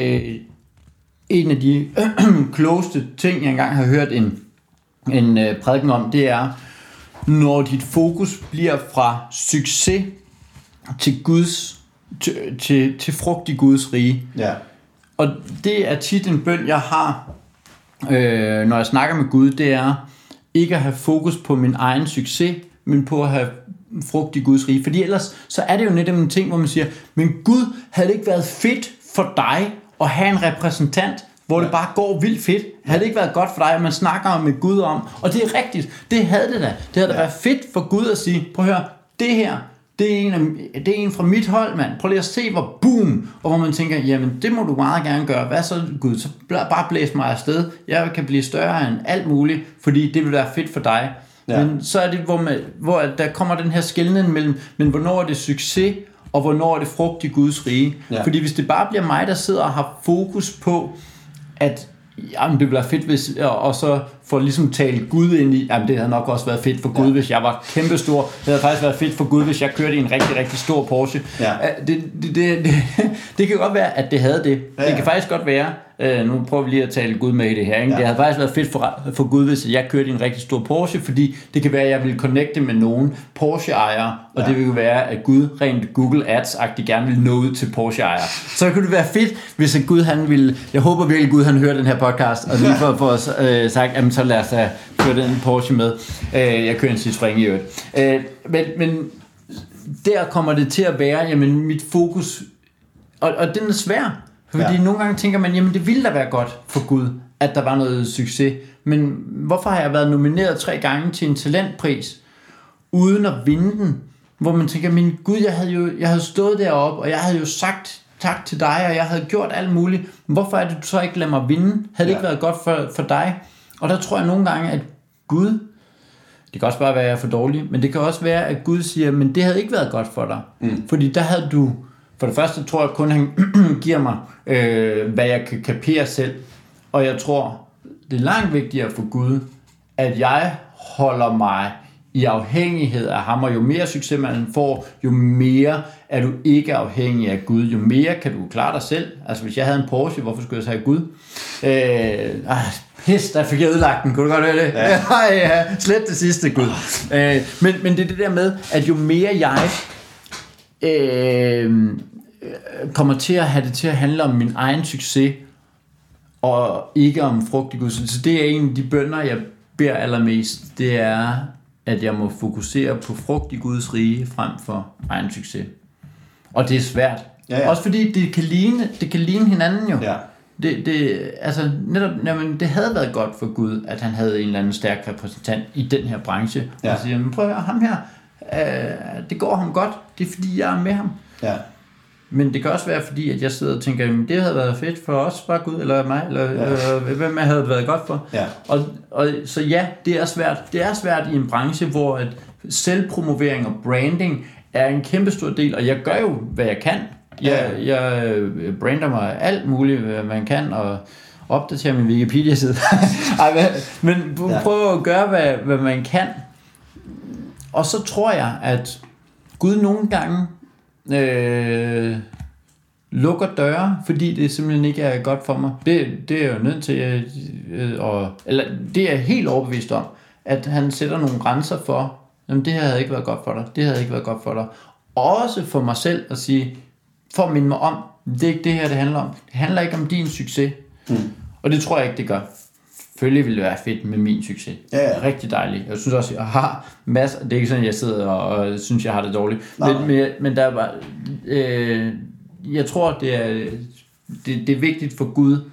en af de klogeste ting, jeg engang har hørt en prædiken om, det er, når dit fokus bliver fra succes til til frugt i Guds rige. Ja. Og det er tit en bøn, jeg har, når jeg snakker med Gud, det er ikke at have fokus på min egen succes, men på at have frugt i Guds rige. Fordi ellers så er det jo netop en ting, hvor man siger, men Gud, havde det ikke været fedt for dig at have en repræsentant, hvor det bare går vildt fedt? Havde det ikke været godt for dig, at man snakker med Gud om? Og det er rigtigt, det havde det da. Det havde da været fedt for Gud at sige, prøv at høre, det her, det er en fra mit hold, mand. Prøv lige at se, hvor boom. Og hvor man tænker, jamen det må du meget gerne gøre. Hvad så, Gud? Så bare blæs mig afsted. Jeg kan blive større end alt muligt, fordi det vil være fedt for dig. Ja. Men så er det, hvor der kommer den her skelnen mellem, men hvornår er det succes, og hvornår er det frugt i Guds rige. Ja. Fordi hvis det bare bliver mig, der sidder og har fokus på, at jamen, det ville være fedt, hvis, og så får ligesom tale Gud ind i, jamen det havde nok også været fedt for Gud, hvis jeg var kæmpestor. Det havde faktisk været fedt for Gud, hvis jeg kørte i en rigtig, rigtig stor Porsche. Ja. Det kan godt være, at det havde det. Ja. Det kan faktisk godt være, nu prøver vi lige at tale Gud med i det her, ikke? Ja. Det havde faktisk været fedt for Gud, hvis jeg kørte i en rigtig stor Porsche, fordi det kan være, at jeg ville connecte med nogen Porsche-ejere, og det ville være, at Gud rent Google Ads-agtigt gerne ville nå ud til Porsche-ejere. Så kunne det være fedt, hvis Gud han ville, jeg håber virkelig, Gud han hører den her podcast, og lige for os sagt, jamen så lad os køre den Porsche med. Jeg kører en Citroën i øvrigt. Men der kommer det til at være, jamen mit fokus, og den er svær, fordi nogle gange tænker man, jamen det ville da være godt for Gud, at der var noget succes, men hvorfor har jeg været nomineret 3 gange til en talentpris, uden at vinde den, hvor man tænker, men Gud, jeg havde stået deroppe, og jeg havde jo sagt tak til dig, og jeg havde gjort alt muligt, hvorfor er det, du så ikke lader mig vinde? Havde det ikke været godt for dig? Og der tror jeg nogle gange, at Gud, det kan også bare være, at jeg er for dårlig, men det kan også være, at Gud siger, men det havde ikke været godt for dig. Fordi der havde du, for det første tror jeg kun, han giver mig, hvad jeg kan kapere selv. Og jeg tror, det er langt vigtigere for Gud, at jeg holder mig i afhængighed af ham, og jo mere succes man får, jo mere er du ikke afhængig af Gud, jo mere kan du klare dig selv. Altså hvis jeg havde en Porsche, hvorfor skulle jeg så have Gud? Pis, der fik jeg ødelagt den, kunne du godt høre det? Ja. Slet det sidste, Gud. Men det er det der med, at jo mere jeg kommer til at have det til at handle om min egen succes, og ikke om frugt i Gud. Så det er en af de bønner, jeg beder allermest, det er, at jeg må fokusere på frugt i Guds rige, frem for egen succes. Og det er svært. Ja. Også fordi det kan ligne hinanden jo. Ja. Altså netop, det havde været godt for Gud, at han havde en eller anden stærk repræsentant i den her branche. Ja. Og siger, men prøv at høre, ham her, det går ham godt, det er fordi jeg er med ham. Ja. Men det kan også være fordi, at jeg sidder og tænker, jamen, det havde været fedt for os, bare Gud eller mig, eller hvem jeg havde været godt for. Ja. Og så ja, det er svært. Det er svært i en branche, hvor at selvpromovering og branding er en kæmpe stor del, og jeg gør jo, hvad jeg kan. Jeg brander mig alt muligt, hvad man kan, og opdaterer min Wikipedia-side. Men prøv at gøre, hvad man kan. Og så tror jeg, at Gud nogle gange lukker døre, fordi det simpelthen ikke er godt for mig. Det er jeg jo nødt til eller det er jeg helt overbevist om, at han sætter nogle grænser for, jamen det her havde ikke været godt for dig, det havde ikke været godt for dig. Også for mig selv at sige, for at minde mig om, det er ikke det her, det handler om. Det handler ikke om din succes. Og det tror jeg ikke, det gør. Selvfølgelig ville det være fedt med min succes. Ja. Rigtig dejligt. Jeg synes også, jeg har masser. Det er ikke sådan, jeg sidder og synes, jeg har det dårligt. Men der er bare... jeg tror, det er vigtigt for Gud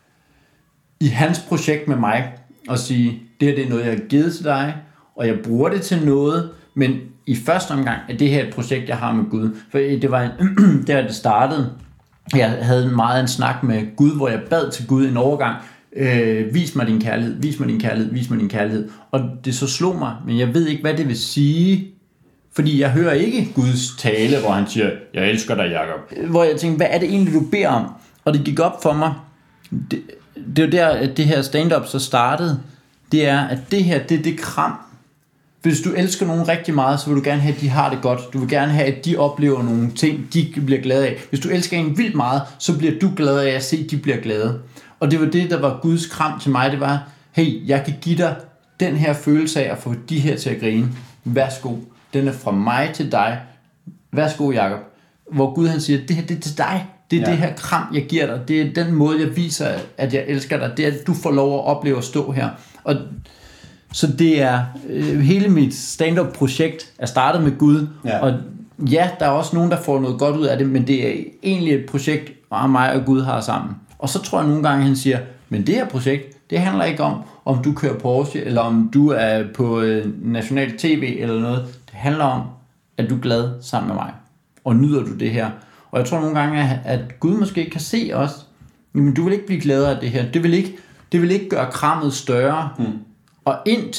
i hans projekt med mig at sige, det her det er noget, jeg har givet til dig, og jeg bruger det til noget, men i første omgang er det her et projekt, jeg har med Gud. For det var der det startede. Jeg havde meget en snak med Gud, hvor jeg bad til Gud en overgang, vis mig din kærlighed, vis mig din kærlighed, vis mig din kærlighed. Og det så slog mig, men jeg ved ikke, hvad det vil sige, fordi jeg hører ikke Guds tale, hvor han siger, jeg elsker dig, Jakob. Hvor jeg tænkte, hvad er det egentlig, du beder om? Og det gik op for mig, det er jo der, at det her stand-up så startede, det er, at det her, det er det kram. Hvis du elsker nogen rigtig meget, så vil du gerne have, at de har det godt. Du vil gerne have, at de oplever nogle ting, de bliver glade af. Hvis du elsker en vildt meget, så bliver du glad af at se, at de bliver glade. Og det var det, der var Guds kram til mig. Det var, hey, jeg kan give dig den her følelse af at få de her til at grine. Værsgo. Den er fra mig til dig. Værsgo, Jakob. Hvor Gud han siger, det her det er til dig. Det er det her kram, jeg giver dig. Det er den måde, jeg viser, at jeg elsker dig. Det er, at du får lov at opleve at stå her. Og så det er hele mit stand-up-projekt er startet med Gud. Ja. Og ja, der er også nogen, der får noget godt ud af det, men det er egentlig et projekt, hvor mig og Gud har sammen. Og så tror jeg nogle gange, han siger, men det her projekt, det handler ikke om du kører Porsche, eller om du er på national tv eller noget. Det handler om, at du er glad sammen med mig. Og nyder du det her. Og jeg tror nogle gange, at Gud måske kan se os, men du vil ikke blive gladere af det her. Det vil ikke gøre krammet større. Og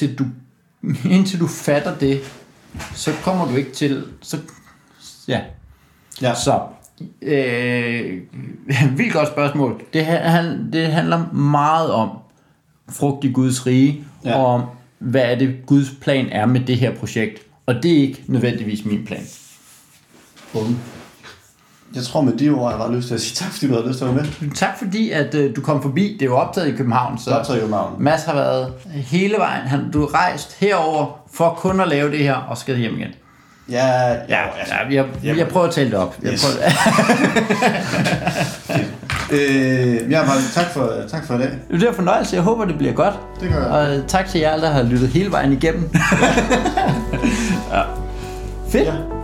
indtil du fatter det, så kommer du ikke til... Så vildt godt spørgsmål. Det handler meget om frugt i Guds rige, og om, hvad er det Guds plan er med det her projekt. Og det er ikke nødvendigvis min plan. Jeg tror med de ord, jeg har lyst til at sige tak, fordi du havde lyst til at være med. Tak fordi, at du kom forbi. Det er jo optaget i København. Så Mads har været hele vejen. Du har rejst herover for kun at lave det her, og skal hjem igen. Jeg prøver at tale det op. Tak for i dag. Det er en fornøjelse. Jeg håber, det bliver godt. Det gør jeg. Og tak til jer, der har lyttet hele vejen igennem. Fedt. Ja.